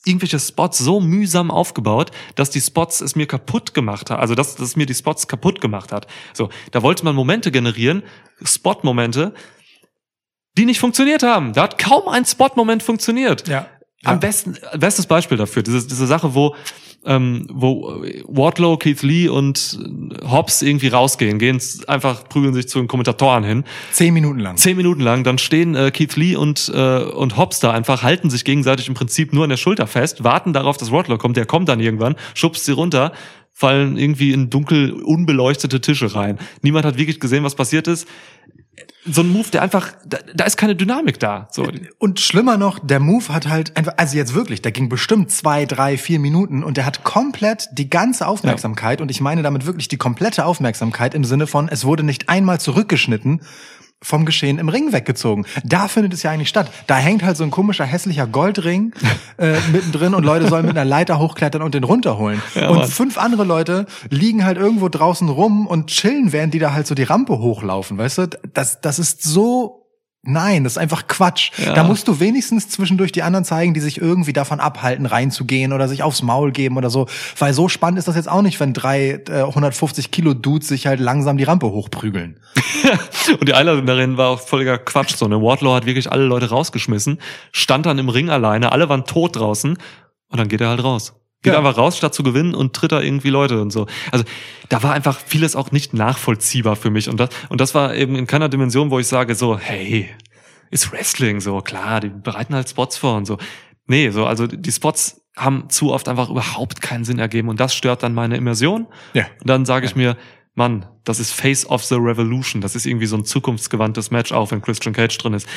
irgendwelche Spots so mühsam aufgebaut, dass die Spots es mir kaputt gemacht hat. Also, dass es mir die Spots kaputt gemacht hat. So, da wollte man Momente generieren, Spot-Momente, die nicht funktioniert haben. Da hat kaum ein Spot-Moment funktioniert. Ja. Bestes Beispiel dafür, diese Sache, wo Wardlow, Keith Lee und Hobbs irgendwie rausgehen, prügeln sich zu den Kommentatoren hin. 10 Minuten lang. 10 Minuten lang, dann stehen Keith Lee und Hobbs da einfach, halten sich gegenseitig im Prinzip nur an der Schulter fest, warten darauf, dass Wardlow kommt, der kommt dann irgendwann, schubst sie runter, fallen irgendwie in dunkel unbeleuchtete Tische rein. Niemand hat wirklich gesehen, was passiert ist. So ein Move, der einfach, da ist keine Dynamik da. So. Und schlimmer noch, der Move hat halt einfach, also jetzt wirklich, der ging bestimmt 2, 3, 4 Minuten und der hat komplett die ganze Aufmerksamkeit und ich meine damit wirklich die komplette Aufmerksamkeit im Sinne von, es wurde nicht einmal zurückgeschnitten, vom Geschehen im Ring weggezogen. Da findet es ja eigentlich statt. Da hängt halt so ein komischer, hässlicher Goldring mittendrin und Leute sollen mit einer Leiter hochklettern und den runterholen. Ja, und 5 andere Leute liegen halt irgendwo draußen rum und chillen, während die da halt so die Rampe hochlaufen, weißt du? Das ist so... Nein, das ist einfach Quatsch. Ja. Da musst du wenigstens zwischendurch die anderen zeigen, die sich irgendwie davon abhalten, reinzugehen oder sich aufs Maul geben oder so. Weil so spannend ist das jetzt auch nicht, wenn 3 150 Kilo Dudes sich halt langsam die Rampe hochprügeln. Und die Einladung darin war auch völliger Quatsch. So, ne? Wardlow hat wirklich alle Leute rausgeschmissen, stand dann im Ring alleine, alle waren tot draußen und dann geht er halt raus. Geht einfach raus, statt zu gewinnen und tritt da irgendwie Leute und so. Also da war einfach vieles auch nicht nachvollziehbar für mich. Und das war eben in keiner Dimension, wo ich sage so, hey, ist Wrestling so, klar, die bereiten halt Spots vor und so. Nee, so, also die Spots haben zu oft einfach überhaupt keinen Sinn ergeben und das stört dann meine Immersion. Ja. Und dann sage ich mir, Mann, das ist Face of the Revolution. Das ist irgendwie so ein zukunftsgewandtes Match, auch wenn Christian Cage drin ist.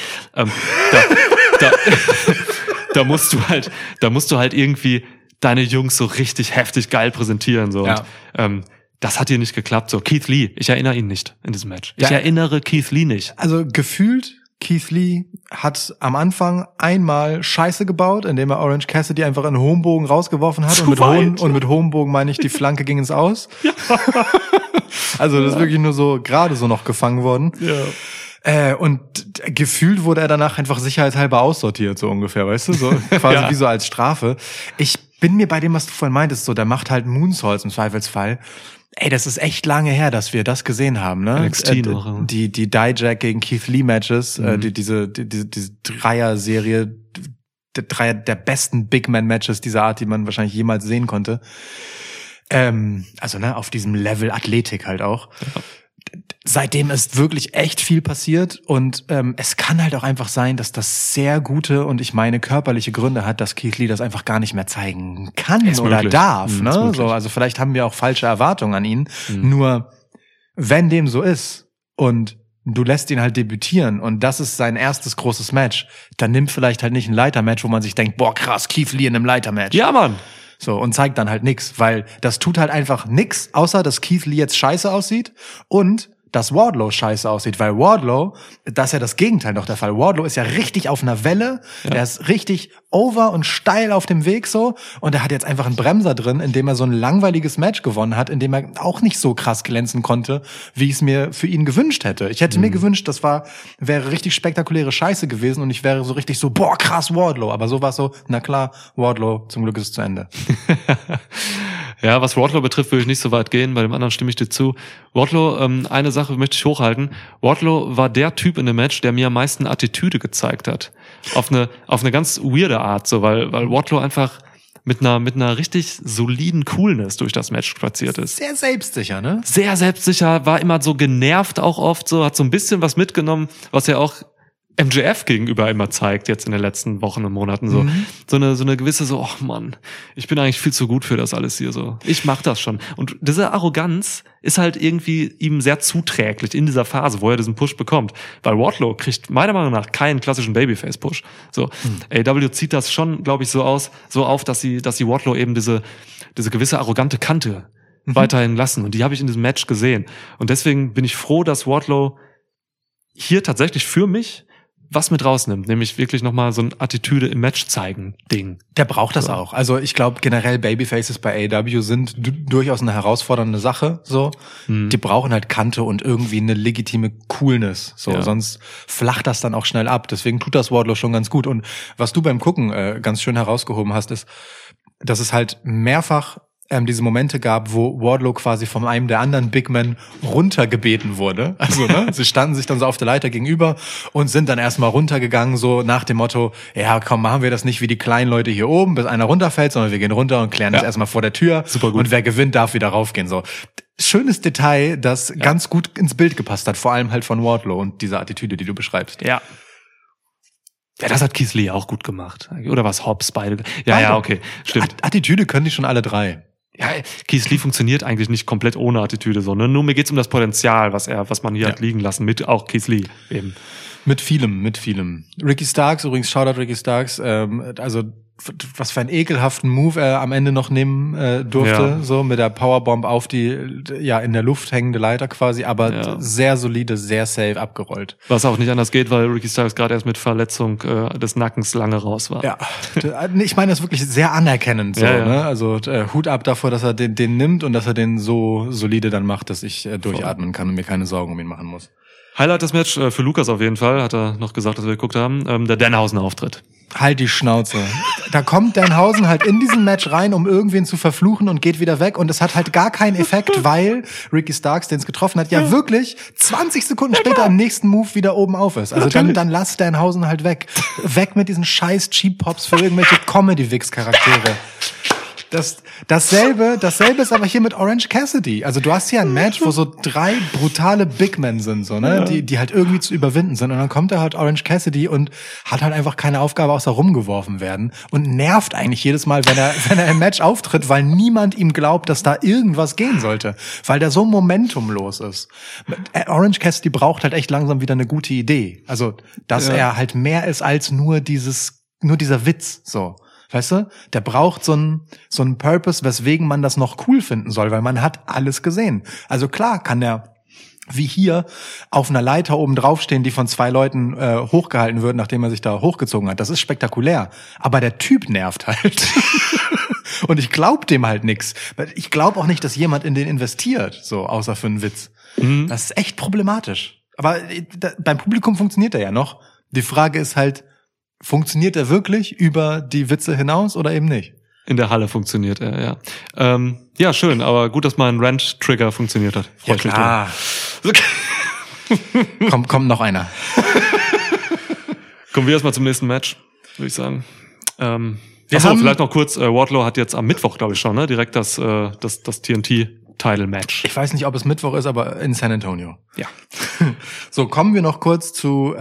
Da musst du halt irgendwie deine Jungs so richtig heftig geil präsentieren, so. Ja. Und, das hat hier nicht geklappt, so. Keith Lee, ich erinnere ihn nicht in diesem Match. Ich erinnere Keith Lee nicht. Also gefühlt, Keith Lee hat am Anfang einmal Scheiße gebaut, indem er Orange Cassidy einfach in Hohenbogen rausgeworfen hat. Und mit Hohenbogen meine ich, die Flanke ging ins Aus. Ja. Also das ist wirklich nur so gerade so noch gefangen worden. Ja. Und gefühlt wurde er danach einfach sicherheitshalber aussortiert, so ungefähr, weißt du? So quasi wie so als Strafe. Ich bin mir bei dem, was du vorhin meintest, so, der macht halt Moonsaults im Zweifelsfall. Ey, das ist echt lange her, dass wir das gesehen haben, ne? NXT noch. Die Dijak gegen Keith Lee Matches, diese Dreier-Serie, Dreier der besten Big Man Matches dieser Art, die man wahrscheinlich jemals sehen konnte. Also, ne, auf diesem Level Athletik halt auch. Ja. Seitdem ist wirklich echt viel passiert und es kann halt auch einfach sein, dass das sehr gute und ich meine körperliche Gründe hat, dass Keith Lee das einfach gar nicht mehr zeigen kann oder darf. Ne? So, also vielleicht haben wir auch falsche Erwartungen an ihn. Nur wenn dem so ist und du lässt ihn halt debütieren und das ist sein erstes großes Match, dann nimm vielleicht halt nicht ein Leitermatch, wo man sich denkt, boah krass, Keith Lee in einem Leitermatch. Ja, Mann. So, und zeigt dann halt nix, weil das tut halt einfach nix, außer dass Keith Lee jetzt scheiße aussieht und dass Wardlow scheiße aussieht, weil Wardlow, das ist ja das Gegenteil noch der Fall. Wardlow ist ja richtig auf einer Welle, der ist richtig over und steil auf dem Weg so und er hat jetzt einfach einen Bremser drin, indem er so ein langweiliges Match gewonnen hat, in dem er auch nicht so krass glänzen konnte, wie ich es mir für ihn gewünscht hätte. Ich hätte mir gewünscht, wäre richtig spektakuläre Scheiße gewesen und ich wäre so richtig so, boah, krass Wardlow, aber so war es so, na klar, Wardlow, zum Glück ist es zu Ende. Ja, was Wardlow betrifft, würde ich nicht so weit gehen, bei dem anderen stimme ich dir zu. Wardlow, eine Sache möchte ich hochhalten. Wardlow war der Typ in dem Match, der mir am meisten Attitüde gezeigt hat. Auf eine ganz weirde Art, so, weil Wardlow einfach mit einer richtig soliden Coolness durch das Match spaziert ist. Sehr selbstsicher, ne? Sehr selbstsicher, war immer so genervt auch oft, so, hat so ein bisschen was mitgenommen, was ja auch MJF gegenüber immer zeigt, jetzt in den letzten Wochen und Monaten so. So eine gewisse so, oh Mann, ich bin eigentlich viel zu gut für das alles hier so. Ich mach das schon. Und diese Arroganz ist halt irgendwie ihm sehr zuträglich in dieser Phase, wo er diesen Push bekommt. Weil Wardlow kriegt meiner Meinung nach keinen klassischen Babyface-Push. So. AEW zieht das schon, glaube ich, so auf, dass sie Wardlow eben diese gewisse arrogante Kante weiterhin lassen. Und die habe ich in diesem Match gesehen. Und deswegen bin ich froh, dass Wardlow hier tatsächlich für mich was mit rausnimmt, nämlich wirklich nochmal so ein Attitüde im Match zeigen Ding. Der braucht das auch. Also ich glaube generell Babyfaces bei AEW sind durchaus eine herausfordernde Sache. So, die brauchen halt Kante und irgendwie eine legitime Coolness. So, sonst flacht das dann auch schnell ab. Deswegen tut das Wardlow schon ganz gut. Und was du beim Gucken ganz schön herausgehoben hast, ist, dass es halt mehrfach diese Momente gab, wo Wardlow quasi von einem der anderen Big Men runtergebeten wurde. Also, ne, sie standen sich dann so auf der Leiter gegenüber und sind dann erstmal runtergegangen, so nach dem Motto, ja komm, machen wir das nicht wie die kleinen Leute hier oben, bis einer runterfällt, sondern wir gehen runter und klären das erstmal vor der Tür. Super gut. Und wer gewinnt, darf wieder raufgehen. So, schönes Detail, das ganz gut ins Bild gepasst hat, vor allem halt von Wardlow und dieser Attitüde, die du beschreibst. Ja. Ja, das hat Keith Lee auch gut gemacht. Oder was Hobbs, beide? Ja, okay, stimmt. Attitüde können die schon alle drei. Ja, Keith Lee funktioniert eigentlich nicht komplett ohne Attitüde, sondern nur mir geht's um das Potenzial, was man hier hat liegen lassen, mit auch Keith Lee eben. Mit vielem. Ricky Starks, übrigens, Shoutout Ricky Starks, also was für einen ekelhaften Move er am Ende noch nehmen durfte, so mit der Powerbomb auf die in der Luft hängende Leiter quasi, aber sehr solide, sehr safe abgerollt. Was auch nicht anders geht, weil Ricky Starks gerade erst mit Verletzung des Nackens lange raus war. Ja, ich meine das wirklich sehr anerkennend, so, ne? Also Hut ab davor, dass er den nimmt und dass er den so solide dann macht, dass ich durchatmen kann und mir keine Sorgen um ihn machen muss. Highlight des Match für Lukas auf jeden Fall, hat er noch gesagt, dass wir geguckt haben, der Danhausen-Auftritt. Halt die Schnauze. Da kommt Danhausen halt in diesen Match rein, um irgendwen zu verfluchen und geht wieder weg. Und es hat halt gar keinen Effekt, weil Ricky Starks, den es getroffen hat, ja wirklich 20 Sekunden später im nächsten Move wieder oben auf ist. Also dann lass Danhausen halt weg. Weg mit diesen scheiß Cheap-Pops für irgendwelche Comedy-Wix-Charaktere. Dasselbe ist aber hier mit Orange Cassidy. Also du hast hier ein Match, wo so 3 brutale Big Men sind, so, ne, die halt irgendwie zu überwinden sind. Und dann kommt da halt Orange Cassidy und hat halt einfach keine Aufgabe außer rumgeworfen werden und nervt eigentlich jedes Mal, wenn er im Match auftritt, weil niemand ihm glaubt, dass da irgendwas gehen sollte, weil der so momentumlos ist. Orange Cassidy braucht halt echt langsam wieder eine gute Idee. Also, dass er halt mehr ist als nur dieser Witz, so. Weißt du, der braucht so einen Purpose, weswegen man das noch cool finden soll, weil man hat alles gesehen. Also klar kann der wie hier auf einer Leiter oben draufstehen, die von 2 Leuten hochgehalten wird, nachdem er sich da hochgezogen hat. Das ist spektakulär. Aber der Typ nervt halt. Und ich glaub dem halt nix. Ich glaub auch nicht, dass jemand in den investiert, so außer für einen Witz. Mhm. Das ist echt problematisch. Aber beim Publikum funktioniert er ja noch. Die Frage ist halt, funktioniert er wirklich über die Witze hinaus oder eben nicht? In der Halle funktioniert er, ja. Ja, schön, aber gut, dass mein Rant-Trigger funktioniert hat. Freut mich klar. Kommt noch einer. Kommen wir erstmal zum nächsten Match, würde ich sagen. Vielleicht noch kurz, Wardlow hat jetzt am Mittwoch, glaube ich schon, ne, direkt das TNT-Title-Match. Ich weiß nicht, ob es Mittwoch ist, aber in San Antonio. Ja. So, kommen wir noch kurz zu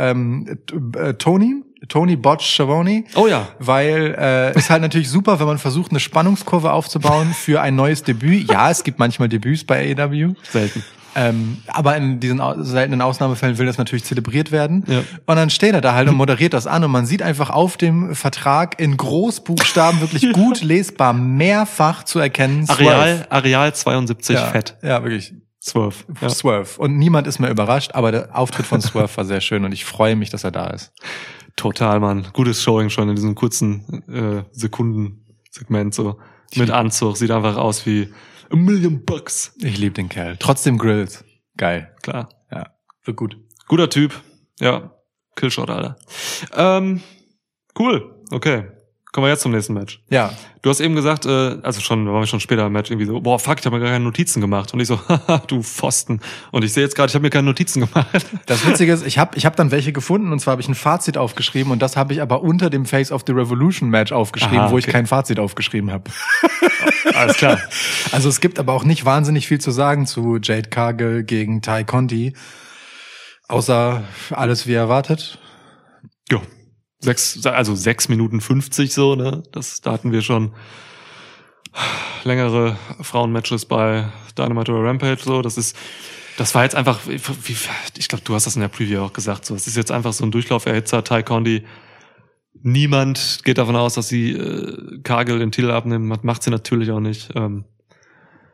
Tony Botch Schiavone. Oh ja. Weil ist halt natürlich super, wenn man versucht, eine Spannungskurve aufzubauen für ein neues Debüt. Ja, es gibt manchmal Debüts bei AEW. Selten. Aber in diesen seltenen Ausnahmefällen will das natürlich zelebriert werden. Ja. Und dann steht er da halt und moderiert das an und man sieht einfach auf dem Vertrag in Großbuchstaben wirklich gut lesbar mehrfach zu erkennen. Areal 72 fett. Ja, wirklich. Swerve. Ja. Swerve. Und niemand ist mehr überrascht, aber der Auftritt von Swerve war sehr schön und ich freue mich, dass er da ist. Total, Mann. Gutes Showing schon in diesem kurzen Sekundensegment so. Mit Anzug. Sieht einfach aus wie $1 million. Ich liebe den Kerl. Trotzdem Grills. Geil. Klar. Ja, wird gut. Guter Typ. Ja. Killshot, Alter. Cool. Okay. Kommen wir jetzt zum nächsten Match. Ja. Du hast eben gesagt, waren wir schon später im Match irgendwie so, boah, fuck, ich habe mir gar keine Notizen gemacht. Und ich so, haha, du Pfosten. Und ich sehe jetzt gerade, ich habe mir keine Notizen gemacht. Das Witzige ist, ich hab dann welche gefunden und zwar habe ich ein Fazit aufgeschrieben und das habe ich aber unter dem Face of the Revolution Match aufgeschrieben, wo ich kein Fazit aufgeschrieben habe. Alles klar. Also es gibt aber auch nicht wahnsinnig viel zu sagen zu Jade Cargill gegen Ty Conti, außer alles wie erwartet. Ja. 6 Minuten 50 so, ne? Da hatten wir schon längere Frauenmatches bei Dynamite oder Rampage so. Das war jetzt einfach, ich glaube, du hast das in der Preview auch gesagt, so. Es ist jetzt einfach so ein Durchlauferhitzer, Ty Conti. Niemand geht davon aus, dass sie Cargill den Titel abnehmen. Macht sie natürlich auch nicht.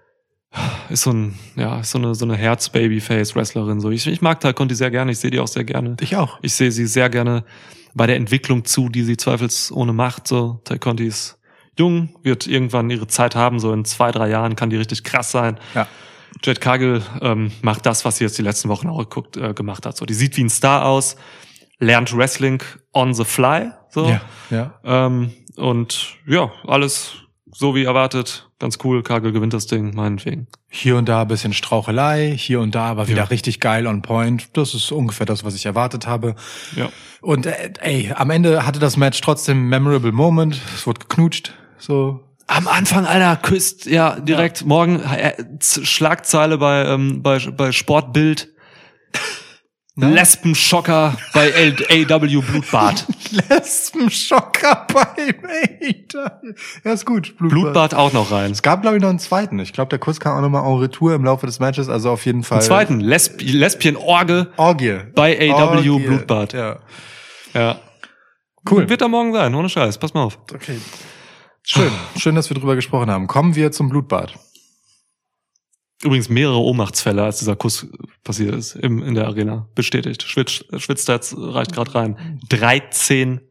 ist so eine Herz-Babyface-Wrestlerin. So, ich mag Tay Conti sehr gerne, ich sehe die auch sehr gerne. Ich auch. Ich sehe sie sehr gerne bei der Entwicklung zu, die sie zweifelsohne macht. So, Tay Conti ist jung, wird irgendwann ihre Zeit haben, so in 2-3 Jahren kann die richtig krass sein. Ja. Jade Cargill macht das, was sie jetzt die letzten Wochen auch gemacht hat. So, die sieht wie ein Star aus, lernt Wrestling on the fly. So. Ja. Und ja, alles so wie erwartet. Ganz cool, Cargill gewinnt das Ding, meinetwegen. Hier und da ein bisschen Strauchelei, hier und da aber wieder richtig geil on point. Das ist ungefähr das, was ich erwartet habe. Ja. Und am Ende hatte das Match trotzdem memorable Moment. Es wurde geknutscht, so. Am Anfang, Alter, küsst, ja, direkt morgen Schlagzeile bei Sportbild. Lesbenschocker bei AEW Blutbad. Lesbenschocker bei AEW. Ja, ist gut. Blutbad auch noch rein. Es gab, glaube ich, noch einen zweiten. Ich glaube, der Kuss kam auch nochmal en retour im Laufe des Matches. Also auf jeden Fall. Einen zweiten. Lesbien-Orgie. Bei AEW Blutbad. Ja. Cool. Wird da morgen sein, ohne Scheiß. Pass mal auf. Okay. Schön, dass wir drüber gesprochen haben. Kommen wir zum Blutbad. Übrigens mehrere Ohnmachtsfälle, als dieser Kuss passiert ist, in der Arena. Bestätigt. Schwitzstats reicht gerade rein. 13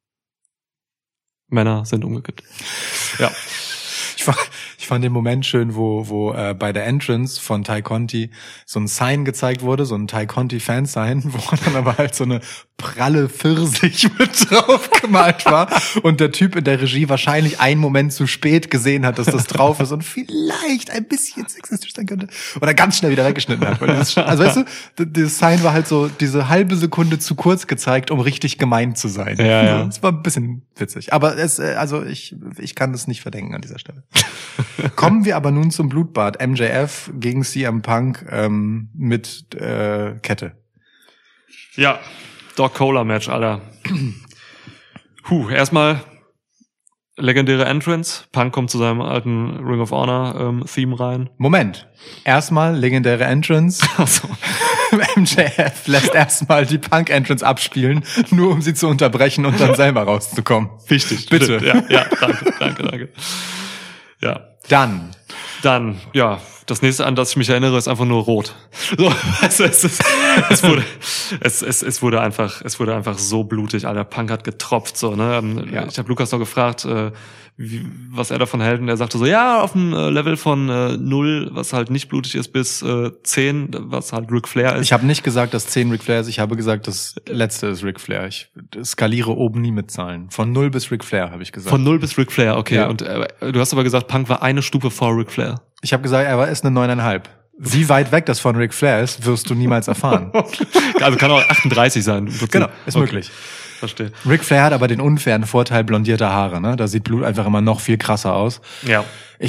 Männer sind umgekippt. Ja. Ich fand den Moment schön, wo bei der Entrance von Tay Conti so ein Sign gezeigt wurde, so ein Tay Conti Fan-Sign, wo dann aber halt so eine pralle Pfirsich mit drauf gemalt war und der Typ in der Regie wahrscheinlich einen Moment zu spät gesehen hat, dass das drauf ist und vielleicht ein bisschen sexistisch sein könnte oder ganz schnell wieder weggeschnitten hat. Also weißt du, das Sign war halt so diese halbe Sekunde zu kurz gezeigt, um richtig gemein zu sein. Ja. Es war ein bisschen witzig, aber ich kann das nicht verdenken an dieser Stelle. Kommen wir aber nun zum Blutbad. MJF gegen CM Punk mit Kette. Ja, Doc Cola Match, Alter. Erstmal legendäre Entrance. Punk kommt zu seinem alten Ring of Honor Theme rein. Moment. Erstmal legendäre Entrance. Also. MJF lässt erstmal die Punk Entrance abspielen, nur um sie zu unterbrechen und dann selber rauszukommen. Wichtig. Bitte. Stimmt. Ja, danke. Ja. Dann, ja, das nächste, an das ich mich erinnere, ist einfach nur rot. So, also es wurde einfach so blutig, Alter. Punk hat getropft, so, ne. Ja. Ich habe Lukas noch gefragt, was er davon hält, und er sagte so, ja, auf einem Level von 0, was halt nicht blutig ist, bis 10, was halt Ric Flair ist. Ich habe nicht gesagt, dass 10 Ric Flair ist, ich habe gesagt, das letzte ist Ric Flair. Ich skaliere oben nie mit Zahlen. Von 0 bis Ric Flair, habe ich gesagt. Von 0 bis Ric Flair, okay. Ja. Und du hast aber gesagt, Punk war eine Stufe vor Ric Flair. Ich habe gesagt, er ist eine 9,5. Wie weit weg das von Ric Flair ist, wirst du niemals erfahren. Also kann auch 38 sein. Genau, ist möglich. Verstehe. Ric Flair hat aber den unfairen Vorteil blondierter Haare, ne? Da sieht Blut einfach immer noch viel krasser aus. Ja.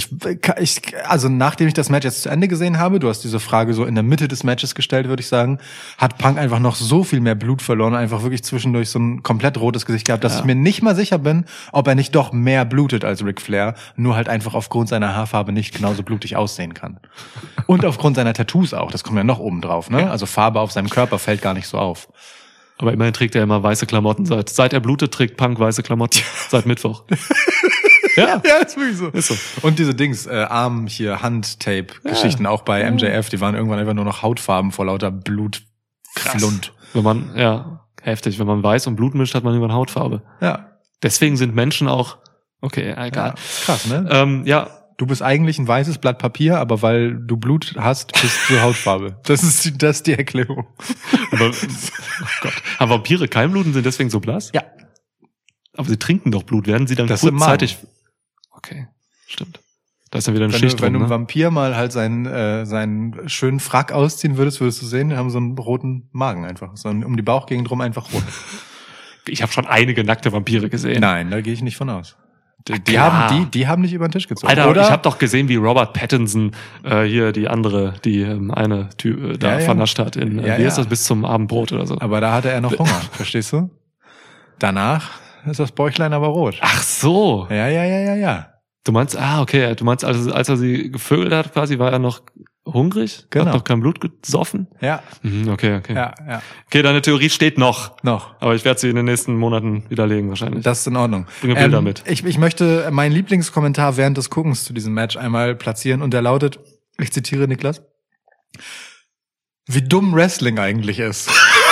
Also nachdem ich das Match jetzt zu Ende gesehen habe, du hast diese Frage so in der Mitte des Matches gestellt, würde ich sagen, hat Punk einfach noch so viel mehr Blut verloren, einfach wirklich zwischendurch so ein komplett rotes Gesicht gehabt, dass ich mir nicht mal sicher bin, ob er nicht doch mehr blutet als Ric Flair, nur halt einfach aufgrund seiner Haarfarbe nicht genauso blutig aussehen kann. Und aufgrund seiner Tattoos auch, das kommt ja noch oben drauf, ne? Also Farbe auf seinem Körper fällt gar nicht so auf. Aber immerhin trägt er immer weiße Klamotten. Seit er blutet, trägt Punk weiße Klamotten. Seit Mittwoch. Ja, ist wirklich so. Ist so. Und diese Arm hier, Handtape-Geschichten auch bei MJF, die waren irgendwann einfach nur noch Hautfarben vor lauter Blutflund. Wenn man, heftig. Wenn man Weiß und Blut mischt, hat man irgendwann Hautfarbe. Ja. Deswegen sind Menschen auch, okay, egal. Ja, krass, ne? Ja. Du bist eigentlich ein weißes Blatt Papier, aber weil du Blut hast, bist du Hautfarbe. Das ist die Erklärung. Aber, oh Gott. Aber Vampire kein Bluten sind deswegen so blass? Ja. Aber sie trinken doch Blut. Werden sie dann das kurzzeitig... Okay, stimmt. Da ist dann wieder eine Schicht drin. Wenn du einem Vampir mal halt seinen schönen Frack ausziehen würdest du sehen, die haben so einen roten Magen einfach. So um die Bauchgegend rum einfach rot. Ich habe schon einige nackte Vampire gesehen. Nein, da gehe ich nicht von aus. Die haben nicht über den Tisch gezogen. Alter, oder? Ich habe doch gesehen, wie Robert Pattinson hier die eine Typ vernascht hat in wie ist das, bis zum Abendbrot oder so. Aber da hatte er noch Hunger, verstehst du? Danach ist das Bäuchlein aber rot. Ach so. Ja. Du meinst, als er sie gevögelt hat, quasi, war er noch hungrig? Genau. Hat noch kein Blut gesoffen? Ja. Okay. Ja. Okay, deine Theorie steht noch. Noch. Aber ich werde sie in den nächsten Monaten widerlegen wahrscheinlich. Das ist in Ordnung. Bringe Bilder mit. Ich möchte meinen Lieblingskommentar während des Guckens zu diesem Match einmal platzieren und der lautet: ich zitiere Niklas, wie dumm Wrestling eigentlich ist.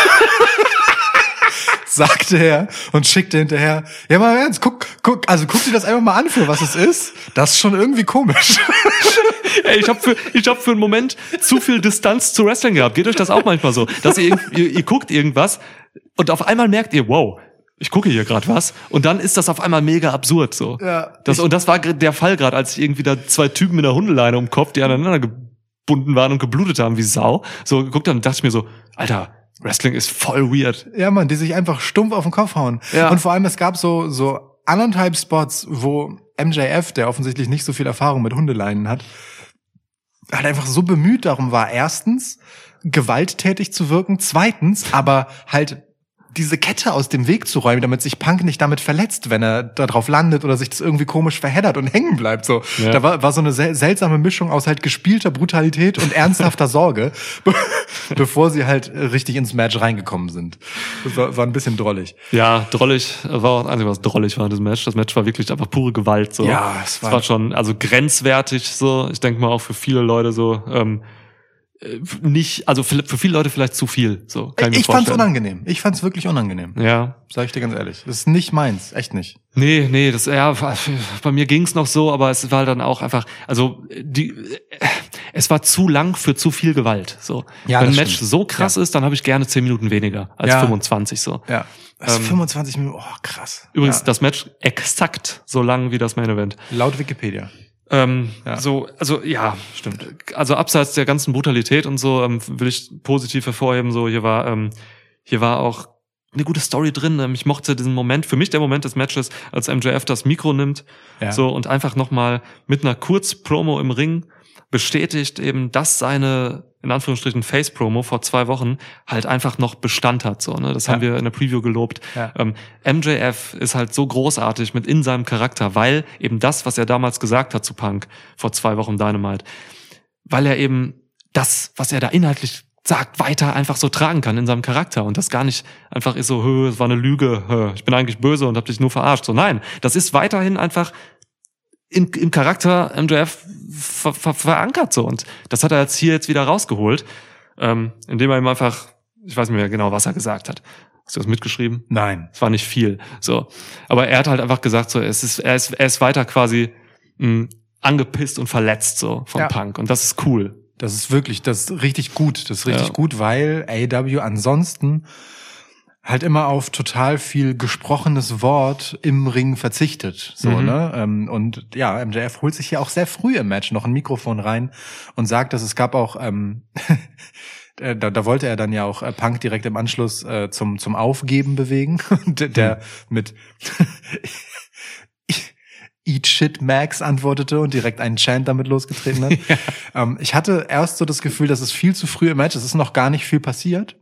Sagte er und schickte hinterher, ja mal ernst, guck dir das einfach mal an, für was es ist. Das ist schon irgendwie komisch. Ey, ich hab für einen Moment zu viel Distanz zu Wrestling gehabt. Geht euch das auch manchmal so, dass ihr guckt irgendwas und auf einmal merkt ihr, wow, ich gucke hier gerade was und dann ist das auf einmal mega absurd so. Ja, Und das war der Fall gerade, als ich irgendwie da 2 Typen mit einer Hundeleine um den Kopf, die aneinander gebunden waren und geblutet haben wie Sau, so geguckt haben und dachte ich mir so, Alter, Wrestling ist voll weird. Ja, Mann, die sich einfach stumpf auf den Kopf hauen. Ja. Und vor allem, es gab so 1,5 Spots, wo MJF, der offensichtlich nicht so viel Erfahrung mit Hundeleinen hat, halt einfach so bemüht darum war, erstens, gewalttätig zu wirken, zweitens, aber halt diese Kette aus dem Weg zu räumen, damit sich Punk nicht damit verletzt, wenn er da drauf landet oder sich das irgendwie komisch verheddert und hängen bleibt. So, ja. Da war so eine seltsame Mischung aus halt gespielter Brutalität und ernsthafter Sorge, bevor sie halt richtig ins Match reingekommen sind. Das war ein bisschen drollig. Ja, drollig, war auch das Einzige, was drollig war in diesem Match. Das Match war wirklich einfach pure Gewalt. So. Ja, es war schon, also grenzwertig so. Ich denke mal auch für viele Leute so, nicht, also für viele Leute vielleicht zu viel. So, kann ich mir fand's vorstellen. unangenehm. Ich fand's wirklich unangenehm. Ja. Sag ich dir ganz ehrlich. Das ist nicht meins. Echt nicht. Nee, das, ja, bei mir ging's noch so, aber es war dann auch einfach, also, es war zu lang für zu viel Gewalt, so. Ja, wenn ein das Match stimmt. so krass ist, dann habe ich gerne 10 Minuten weniger als 25, so. Ja. Das ist 25 Minuten, oh, krass. Übrigens, ja. das Match exakt so lang wie das Main Event. Laut Wikipedia. So, also ja, stimmt. Also abseits der ganzen Brutalität und so will ich positiv hervorheben. So hier war auch eine gute Story drin. Ich mochte diesen Moment. Für mich der Moment des Matches, als MJF das Mikro nimmt, so und einfach nochmal mit einer Kurzpromo im Ring bestätigt eben, dass seine in Anführungsstrichen Face-Promo vor 2 Wochen halt einfach noch Bestand hat. So, ne? Das haben wir in der Preview gelobt. Ja. MJF ist halt so großartig mit in seinem Charakter, weil eben das, was er damals gesagt hat zu Punk vor 2 Wochen Dynamite, weil er eben das, was er da inhaltlich sagt, weiter einfach so tragen kann in seinem Charakter und das gar nicht einfach ist so, es war eine Lüge, ich bin eigentlich böse und hab dich nur verarscht. So, nein, das ist weiterhin einfach im Charakter MJF verankert so und das hat er jetzt wieder rausgeholt, indem er ihm einfach, ich weiß nicht mehr genau, was er gesagt hat. Hast du das mitgeschrieben? Nein. Es war nicht viel, so. Aber er hat halt einfach gesagt so, er ist weiter quasi angepisst und verletzt so von Punk und das ist cool. Das ist richtig gut. Das ist richtig gut, weil AEW ansonsten halt immer auf total viel gesprochenes Wort im Ring verzichtet. So, ne? Und ja, MJF holt sich hier auch sehr früh im Match noch ein Mikrofon rein und sagt, dass es gab auch, da wollte er dann ja auch Punk direkt im Anschluss zum Aufgeben bewegen. Der mit Eat Shit Max antwortete und direkt einen Chant damit losgetreten hat. Ja. Ich hatte erst so das Gefühl, dass es viel zu früh im Match, es ist noch gar nicht viel passiert.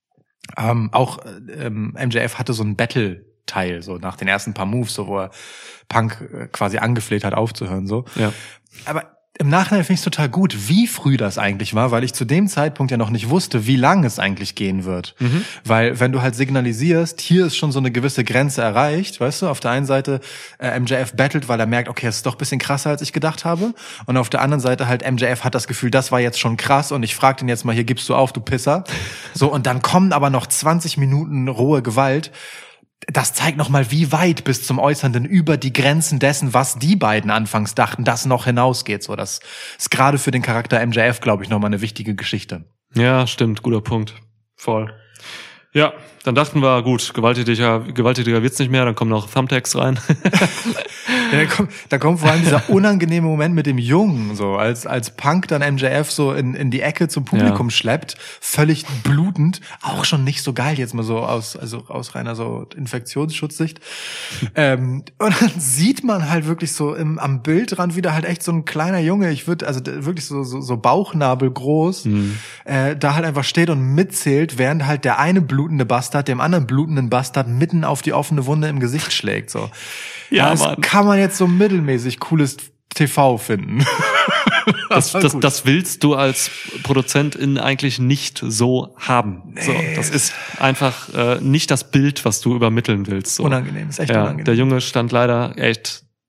MJF hatte so ein Battle-Teil, so nach den ersten paar Moves, so wo er Punk quasi angefleht hat, aufzuhören, so. Ja. Aber im Nachhinein finde ich es total gut, wie früh das eigentlich war, weil ich zu dem Zeitpunkt ja noch nicht wusste, wie lang es eigentlich gehen wird. Weil wenn du halt signalisierst, hier ist schon so eine gewisse Grenze erreicht, weißt du, auf der einen Seite MJF battelt, weil er merkt, okay, es ist doch ein bisschen krasser, als ich gedacht habe. Und auf der anderen Seite halt MJF hat das Gefühl, das war jetzt schon krass und ich frag den jetzt mal, hier gibst du auf, du Pisser. So, und dann kommen aber noch 20 Minuten rohe Gewalt. Das zeigt nochmal, wie weit bis zum Äußernden über die Grenzen dessen, was die beiden anfangs dachten, das noch hinausgeht. So, das ist gerade für den Charakter MJF, glaube ich, nochmal eine wichtige Geschichte. Ja, stimmt, guter Punkt. Voll. Ja, dann dachten wir, gut, gewalttätiger wird's nicht mehr, dann kommen noch Thumbtacks rein. Ja, da kommt vor allem dieser unangenehme Moment mit dem Jungen, so als Punk dann MJF so in die Ecke zum Publikum schleppt, völlig blutend, auch schon nicht so geil jetzt mal so aus reiner so Infektionsschutzsicht. Und dann sieht man halt wirklich so am Bildrand wieder halt echt so ein kleiner Junge, wirklich so Bauchnabel groß, da halt einfach steht und mitzählt, während halt der eine blutende Bastard dem anderen blutenden Bastard mitten auf die offene Wunde im Gesicht schlägt, so. Ja, das Mann. Kann man jetzt so mittelmäßig cooles TV finden. Das willst du als Produzentin eigentlich nicht so haben. Nee. So, das ist einfach nicht das Bild, was du übermitteln willst. So. Unangenehm, ist echt unangenehm. Der Junge stand leider echt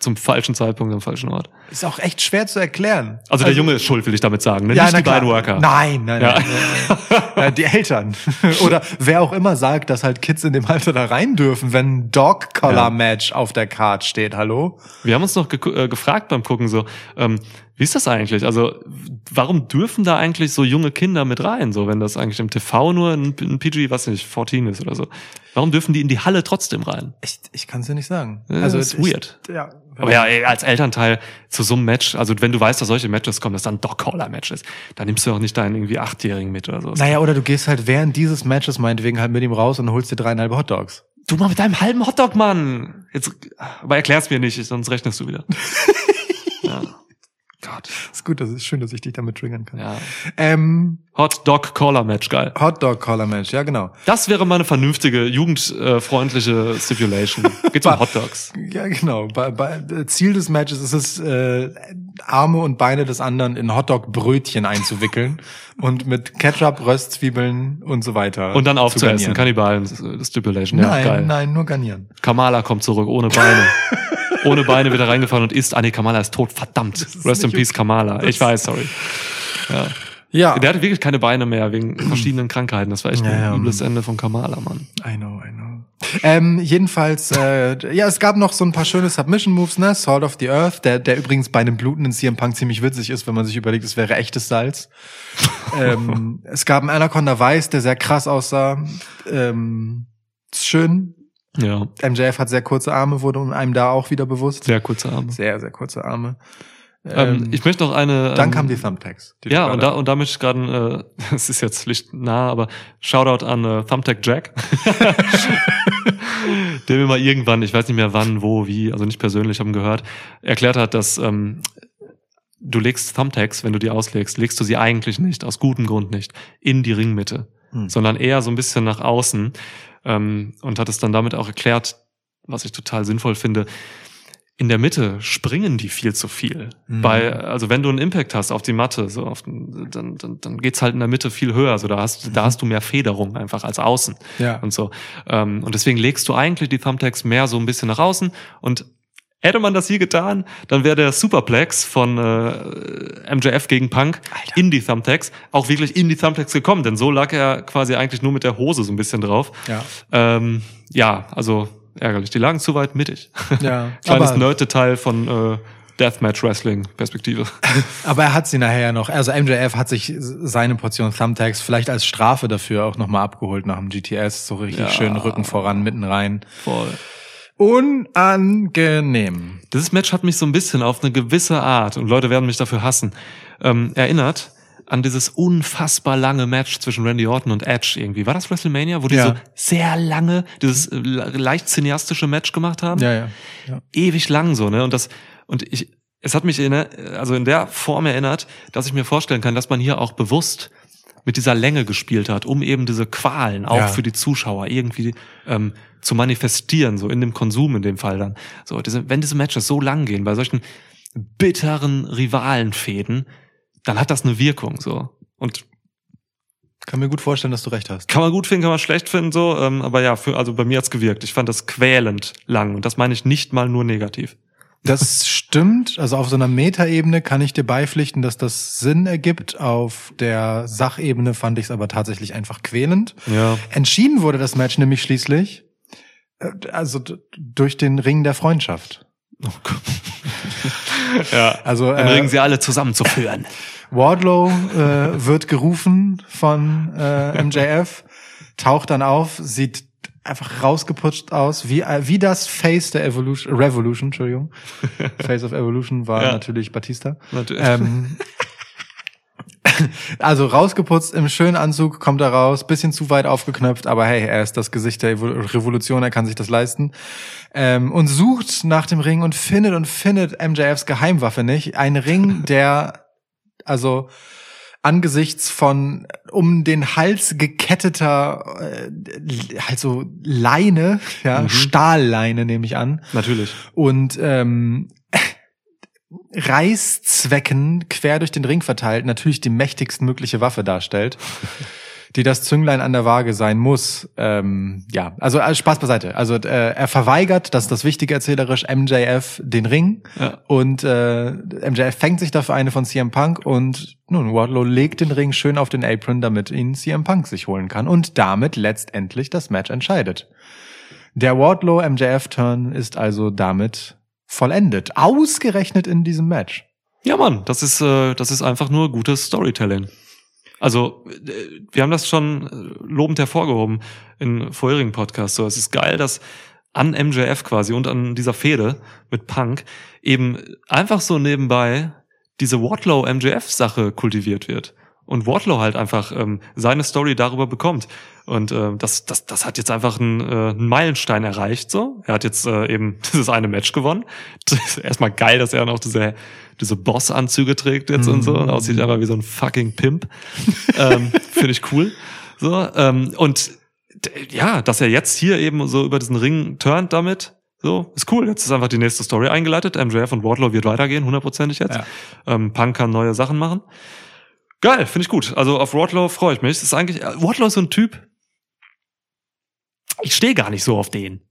zum falschen Zeitpunkt am falschen Ort. Ist auch echt schwer zu erklären. Also der Junge ist schuld, will ich damit sagen, ne? Ja, Nicht na die klar. beiden Worker. Nein. Ja. Ja, die Eltern. Oder wer auch immer sagt, dass halt Kids in dem Alter da rein dürfen, wenn ein Dog-Collar-Match auf der Card steht. Hallo? Wir haben uns noch gefragt beim Gucken so, wie ist das eigentlich? Also warum dürfen da eigentlich so junge Kinder mit rein, so wenn das eigentlich im TV nur ein PG, was nicht, 14 ist oder so? Warum dürfen die in die Halle trotzdem rein? Ich kann es dir nicht sagen. Ja, das ist weird. Ja. Aber ja, ey, als Elternteil zu so einem Match, also wenn du weißt, dass solche Matches kommen, dass dann ein Dog-Collar-Match ist, dann nimmst du auch nicht deinen irgendwie 8-Jährigen mit oder so. Naja, oder du gehst halt während dieses Matches meinetwegen halt mit ihm raus und holst dir 3,5 Hotdogs. Du mal mit deinem halben Hotdog, Mann! Jetzt, aber erklär's mir nicht, sonst rechnest du wieder. Ja. Gott. Ist gut, das ist schön, dass ich dich damit triggern kann. Ja. Hot-Dog-Collar-Match, geil. Hotdog-Collar-Match, ja genau. Das wäre mal eine vernünftige, jugendfreundliche Stipulation. Geht's um Hotdogs. Ja, genau. Ziel des Matches ist es, Arme und Beine des anderen in Hotdog-Brötchen einzuwickeln und mit Ketchup, Röstzwiebeln und so weiter. Und dann aufzuessen. garnieren. Kannibalen-Stipulation. Ja, geil. Nein, nur garnieren. Kamala kommt zurück, ohne Beine. Ohne Beine wird er reingefahren und isst. Nee, Kamala ist tot. Verdammt. Rest in peace, Kamala. Ich weiß, sorry. Ja. Ja. Der hatte wirklich keine Beine mehr wegen verschiedenen Krankheiten. Das war echt ein übles Ende von Kamala, Mann. I know. Jedenfalls, es gab noch so ein paar schöne Submission-Moves, ne? Sword of the Earth, der übrigens bei einem blutenden CM Punk ziemlich witzig ist, wenn man sich überlegt, es wäre echtes Salz. Es gab einen Anaconda Weiß, der sehr krass aussah. Ist schön. Ja. MJF hat sehr kurze Arme, wurde einem da auch wieder bewusst. Sehr kurze Arme. Sehr, sehr kurze Arme. Ich möchte noch eine... Dann kamen die Thumbtacks. Ja, und da möchte ich gerade, es ist jetzt lichtnah, aber Shoutout an Thumbtack Jack. Der mir mal irgendwann, ich weiß nicht mehr wann, wo, wie, also nicht persönlich, haben gehört, erklärt hat, dass du legst Thumbtacks, wenn du die auslegst, legst du sie eigentlich nicht, aus gutem Grund nicht, in die Ringmitte, sondern eher so ein bisschen nach außen, und hat es dann damit auch erklärt, was ich total sinnvoll finde. In der Mitte springen die viel zu viel. Also wenn du einen Impact hast auf die Matte, so dann geht's halt in der Mitte viel höher. So da hast du mehr Federung einfach als außen. Ja. Und so. Und deswegen legst du eigentlich die Thumbtacks mehr so ein bisschen nach außen. Und hätte man das hier getan, dann wäre der Superplex von MJF gegen Punk in die Thumbtacks auch wirklich in die Thumbtacks gekommen. Denn so lag er quasi eigentlich nur mit der Hose so ein bisschen drauf. Ja. Also ärgerlich. Die lagen zu weit mittig. Ja. Kleines Nerd-Detail von Deathmatch-Wrestling-Perspektive. Aber er hat sie nachher ja noch, also MJF hat sich seine Portion Thumbtacks vielleicht als Strafe dafür auch nochmal abgeholt nach dem GTS. So richtig schön Rücken voran, mitten rein. Voll. Unangenehm. Dieses Match hat mich so ein bisschen auf eine gewisse Art, und Leute werden mich dafür hassen, erinnert an dieses unfassbar lange Match zwischen Randy Orton und Edge irgendwie. War das WrestleMania, wo die so sehr lange, dieses leicht cineastische Match gemacht haben? Ja. Ewig lang so, ne? Es hat mich in der Form erinnert, dass ich mir vorstellen kann, dass man hier auch bewusst mit dieser Länge gespielt hat, um eben diese Qualen auch für die Zuschauer irgendwie zu manifestieren, so in dem Konsum in dem Fall dann. So, wenn diese Matches so lang gehen, bei solchen bitteren Rivalenfäden, dann hat das eine Wirkung, so. Und kann mir gut vorstellen, dass du recht hast. kann man gut finden, kann man schlecht finden, so. Aber ja, also bei mir hat's gewirkt. Ich fand das quälend lang. Und das meine ich nicht mal nur negativ. Das stimmt. Also auf so einer Metaebene kann ich dir beipflichten, dass das Sinn ergibt. Auf der Sachebene fand ich es aber tatsächlich einfach quälend. Ja. Entschieden wurde das Match nämlich schließlich, durch den Ring der Freundschaft. Oh Gott. Ja. Also dann ringen sie alle zusammenzuführen. Wardlow wird gerufen von MJF, taucht dann auf, sieht einfach rausgeputscht aus, wie das Face der Revolution, Entschuldigung. Face of Evolution war natürlich Batista. Natürlich. Also rausgeputzt im schönen Anzug, kommt er raus, bisschen zu weit aufgeknöpft, aber hey, er ist das Gesicht der Revolution, er kann sich das leisten. Und sucht nach dem Ring und findet MJFs Geheimwaffe nicht. Ein Ring, der, also angesichts von um den Hals geketteter, halt so Leine, Stahlleine nehme ich an. Natürlich. Und Reißzwecken quer durch den Ring verteilt, natürlich die mächtigstmögliche Waffe darstellt. die das Zünglein an der Waage sein muss. Also Spaß beiseite. Also er verweigert, das ist das Wichtige erzählerisch, MJF den Ring und MJF fängt sich dafür eine von CM Punk und nun, Wardlow legt den Ring schön auf den Apron, damit ihn CM Punk sich holen kann und damit letztendlich das Match entscheidet. Der Wardlow-MJF-Turn ist also damit vollendet. Ausgerechnet in diesem Match. Ja, Mann, das ist einfach nur gutes Storytelling. Also, wir haben das schon lobend hervorgehoben in vorherigen Podcasts. So, es ist geil, dass an MJF quasi und an dieser Fehde mit Punk eben einfach so nebenbei diese Wardlow-MJF-Sache kultiviert wird. Und Wardlow halt einfach seine Story darüber bekommt. Und das hat jetzt einfach einen Meilenstein erreicht. So, er hat jetzt eben dieses eine Match gewonnen. Das ist erstmal geil, dass er dann auch diese Boss-Anzüge trägt jetzt und so und aussieht einfach wie so ein fucking Pimp. Finde ich cool. So und ja, dass er jetzt hier eben so über diesen Ring turnt damit. So, ist cool. Jetzt ist einfach die nächste Story eingeleitet. MJF und Wardlow wird weitergehen, 100%ig jetzt. Ja. Punk kann neue Sachen machen. Geil, finde ich gut. Also auf Wardlow freue ich mich. Das ist eigentlich, Wardlow ist so ein Typ, ich stehe gar nicht so auf den.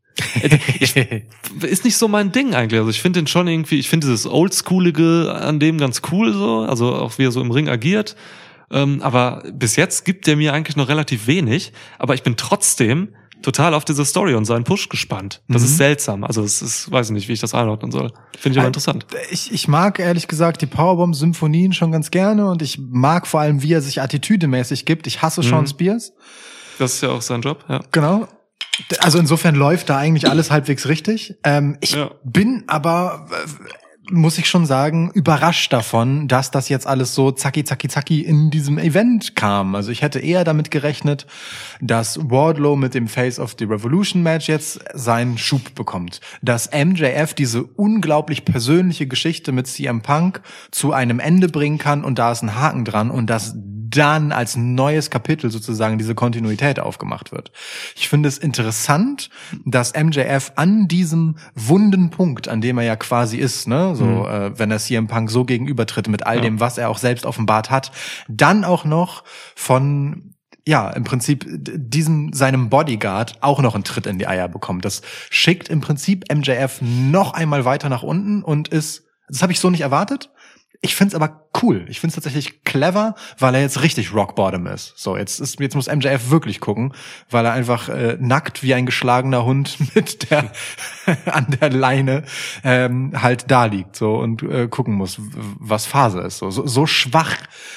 Ist nicht so mein Ding eigentlich. Also ich finde den schon irgendwie, ich finde dieses Oldschoolige an dem ganz cool so, also auch wie er so im Ring agiert. Aber bis jetzt gibt der mir eigentlich noch relativ wenig. Aber ich bin trotzdem total auf diese Story und seinen Push gespannt. Das ist seltsam. Also es ist, weiß ich nicht, wie ich das einordnen soll. Finde ich aber interessant. Ich mag ehrlich gesagt die Powerbomb-Symphonien schon ganz gerne und ich mag vor allem, wie er sich attitüdemäßig gibt. Ich hasse Sean Spears. Das ist ja auch sein Job, ja. Genau. Also insofern läuft da eigentlich alles halbwegs richtig. Ich bin aber, muss ich schon sagen, überrascht davon, dass das jetzt alles so zacki in diesem Event kam. Also ich hätte eher damit gerechnet, dass Wardlow mit dem Face of the Revolution Match jetzt seinen Schub bekommt. Dass MJF diese unglaublich persönliche Geschichte mit CM Punk zu einem Ende bringen kann und da ist ein Haken dran und dass dann als neues Kapitel sozusagen diese Kontinuität aufgemacht wird. Ich finde es interessant, dass MJF an diesem wunden Punkt, an dem er ja quasi ist, ne, so wenn er CM Punk so gegenübertritt mit all dem, was er auch selbst offenbart hat, dann auch noch von im Prinzip seinem Bodyguard auch noch einen Tritt in die Eier bekommt. Das schickt im Prinzip MJF noch einmal weiter nach unten und das habe ich so nicht erwartet. Ich find's aber cool. Ich find's tatsächlich clever, weil er jetzt richtig Rock Bottom ist. So, jetzt muss MJF wirklich gucken, weil er einfach nackt wie ein geschlagener Hund mit an der Leine halt da liegt so und gucken muss, was Phase ist. So schwach,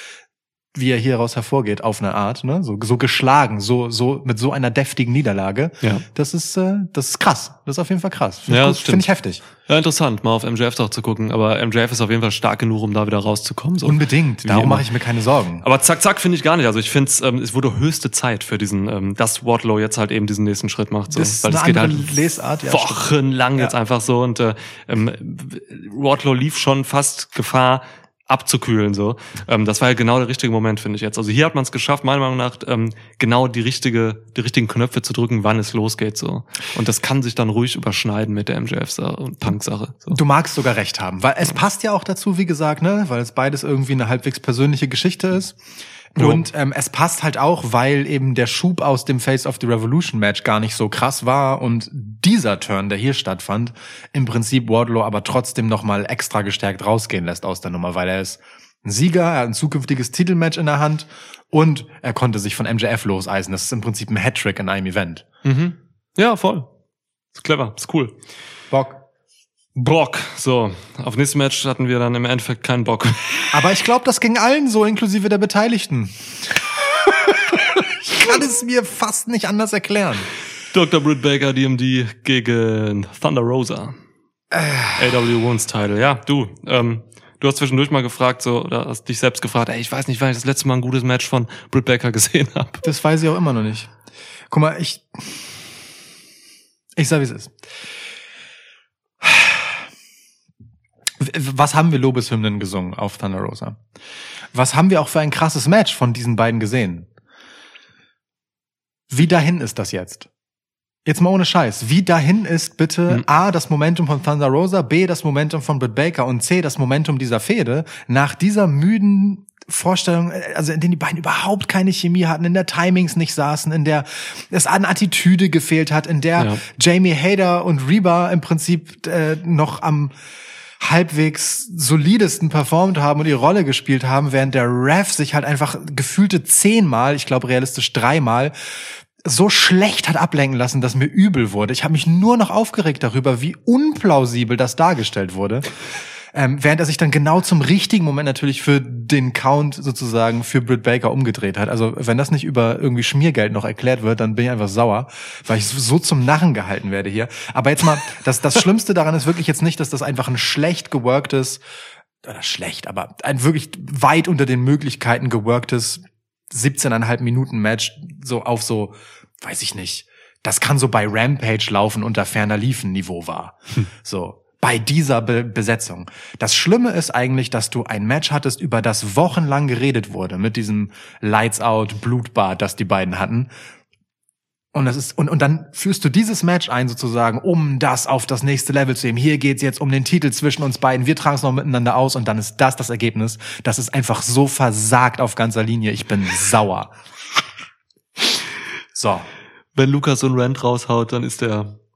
wie er hieraus hervorgeht auf eine Art, ne, so geschlagen, so mit so einer deftigen Niederlage. Ja. Das ist krass. Das ist auf jeden Fall krass. Finde ich heftig. Ja, interessant, mal auf MJF doch zu gucken. Aber MJF ist auf jeden Fall stark genug, um da wieder rauszukommen. So. Unbedingt. Darum mache ich mir keine Sorgen. Aber zack finde ich gar nicht. Also ich finde es wurde höchste Zeit für diesen, dass Wardlow jetzt halt eben diesen nächsten Schritt macht. So. Das ist weil eine das geht andere halt Lesart, wochenlang jetzt einfach so. Und Wardlow lief schon fast Gefahr, abzukühlen so. Das war ja genau der richtige Moment, finde ich jetzt. Also hier hat man es geschafft, meiner Meinung nach, genau die richtigen Knöpfe zu drücken, wann es losgeht so. Und das kann sich dann ruhig überschneiden mit der MJF-Sache und Punk-Sache. So. Du magst sogar recht haben, weil es passt ja auch dazu, wie gesagt, ne, weil es beides irgendwie eine halbwegs persönliche Geschichte ist. Und es passt halt auch, weil eben der Schub aus dem Face of the Revolution Match gar nicht so krass war und dieser Turn, der hier stattfand, im Prinzip Wardlow aber trotzdem nochmal extra gestärkt rausgehen lässt aus der Nummer, weil er ist ein Sieger, er hat ein zukünftiges Titelmatch in der Hand und er konnte sich von MJF loseisen. Das ist im Prinzip ein Hattrick in einem Event. Mhm. Ja, voll. Ist clever, ist cool. Bock. So, auf nächstes Match hatten wir dann im Endeffekt keinen Bock. Aber ich glaube, das ging allen so, inklusive der Beteiligten. Ich kann es mir fast nicht anders erklären. Dr. Britt Baker, DMD gegen Thunder Rosa. AW Women's Title. Ja, du hast zwischendurch mal gefragt, so, oder hast dich selbst gefragt, ich weiß nicht, wann ich das letzte Mal ein gutes Match von Britt Baker gesehen habe. Das weiß ich auch immer noch nicht. Guck mal, ich sag, wie es ist. Was haben wir Lobeshymnen gesungen auf Thunder Rosa? Was haben wir auch für ein krasses Match von diesen beiden gesehen? Wie dahin ist das jetzt? Jetzt mal ohne Scheiß. Wie dahin ist bitte A, das Momentum von Thunder Rosa, B, das Momentum von Britt Baker und C, das Momentum dieser Fehde nach dieser müden Vorstellung, also in denen die beiden überhaupt keine Chemie hatten, in der Timings nicht saßen, in der es an Attitüde gefehlt hat, in der Jamie Hayter und Reba im Prinzip noch am halbwegs solidesten performt haben und ihre Rolle gespielt haben, während der Ref sich halt einfach gefühlte 10-mal, ich glaube realistisch 3-mal, so schlecht hat ablenken lassen, dass mir übel wurde. Ich habe mich nur noch aufgeregt darüber, wie unplausibel das dargestellt wurde. Während er sich dann genau zum richtigen Moment natürlich für den Count sozusagen für Britt Baker umgedreht hat. Also wenn das nicht über irgendwie Schmiergeld noch erklärt wird, dann bin ich einfach sauer, weil ich so zum Narren gehalten werde hier. Aber jetzt mal, das Schlimmste daran ist wirklich jetzt nicht, dass das einfach ein schlecht geworktes, oder schlecht, aber ein wirklich weit unter den Möglichkeiten geworktes 17,5 Minuten Match so auf so, weiß ich nicht, das kann so bei Rampage laufen unter ferner Liefen Niveau war. So. Bei dieser Besetzung. Das Schlimme ist eigentlich, dass du ein Match hattest, über das wochenlang geredet wurde, mit diesem Lights-Out Blutbad, das die beiden hatten. Und das ist, und dann führst du dieses Match ein, sozusagen, um das auf das nächste Level zu heben. Hier geht's jetzt um den Titel zwischen uns beiden. Wir tragen es noch miteinander aus und dann ist das Ergebnis. Das ist einfach so versagt auf ganzer Linie. Ich bin sauer. So. Wenn Lukas so einen Rant raushaut, dann ist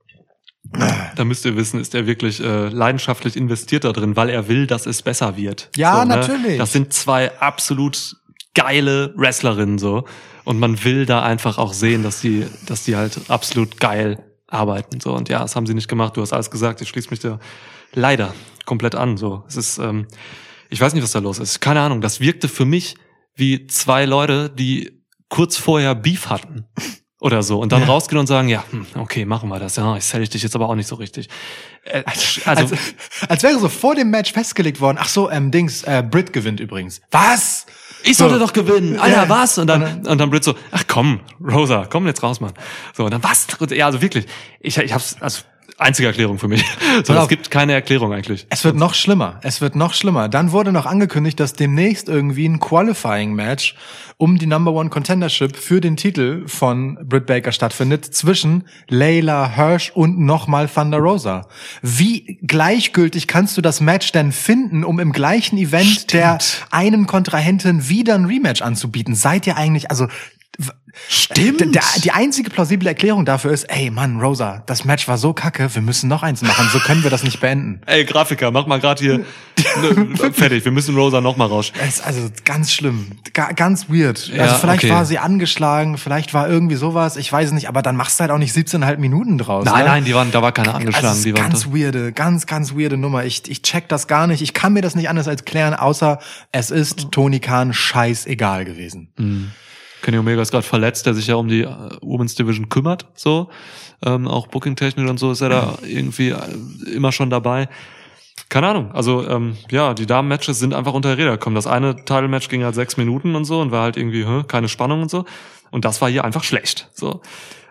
da müsst ihr wissen, ist er wirklich leidenschaftlich investiert da drin, weil er will, dass es besser wird. Ja, so, ne? natürlich. Das sind zwei absolut geile Wrestlerinnen so und man will da einfach auch sehen, dass die halt absolut geil arbeiten so und ja, das haben sie nicht gemacht. Du hast alles gesagt. Ich schließe mich da leider komplett an. So, es ist, ich weiß nicht, was da los ist. Keine Ahnung. Das wirkte für mich wie zwei Leute, die kurz vorher Beef hatten. Oder so. Und dann rausgehen und sagen, ja, okay, machen wir das. Ja, ich sell dich jetzt aber auch nicht so richtig. Also als wäre so vor dem Match festgelegt worden. Ach so, Britt gewinnt übrigens. Was? Ich sollte doch gewinnen. Alter, was? Und dann Britt so, ach komm, Rosa, komm jetzt raus, Mann. So, und dann was? Ja, also wirklich. Ich hab's, also einzige Erklärung für mich. So, es gibt keine Erklärung eigentlich. Es wird noch schlimmer. Dann wurde noch angekündigt, dass demnächst irgendwie ein Qualifying-Match um die Number One Contendership für den Titel von Britt Baker stattfindet zwischen Layla Hirsch und nochmal Thunder Rosa. Wie gleichgültig kannst du das Match denn finden, um im gleichen Event der einen Kontrahentin wieder ein Rematch anzubieten? Seid ihr eigentlich, also Stimmt. Die einzige plausible Erklärung dafür ist, ey Mann, Rosa, das Match war so kacke, wir müssen noch eins machen, so können wir das nicht beenden. Ey, Grafiker, mach mal gerade hier fertig, wir müssen Rosa noch mal raus. Also ganz schlimm, ganz weird. Ja, also vielleicht okay. war sie angeschlagen, vielleicht war irgendwie sowas, ich weiß es nicht, aber dann machst du halt auch nicht 17,5 Minuten draus. Nein, da war keine angeschlagen. Also die waren ganz weirde Nummer. Ich check das gar nicht, ich kann mir das nicht anders als klären, außer es ist Tony Khan scheißegal gewesen. Mhm. Kenny Omega ist gerade verletzt, der sich ja um die Women's Division kümmert, so. Auch Booking-technisch und so ist er da irgendwie immer schon dabei. Keine Ahnung, also ja, die Damen-Matches sind einfach unter die Räder gekommen. Das eine Title-Match ging halt 6 Minuten und so und war halt irgendwie keine Spannung und so. Und das war hier einfach schlecht. So.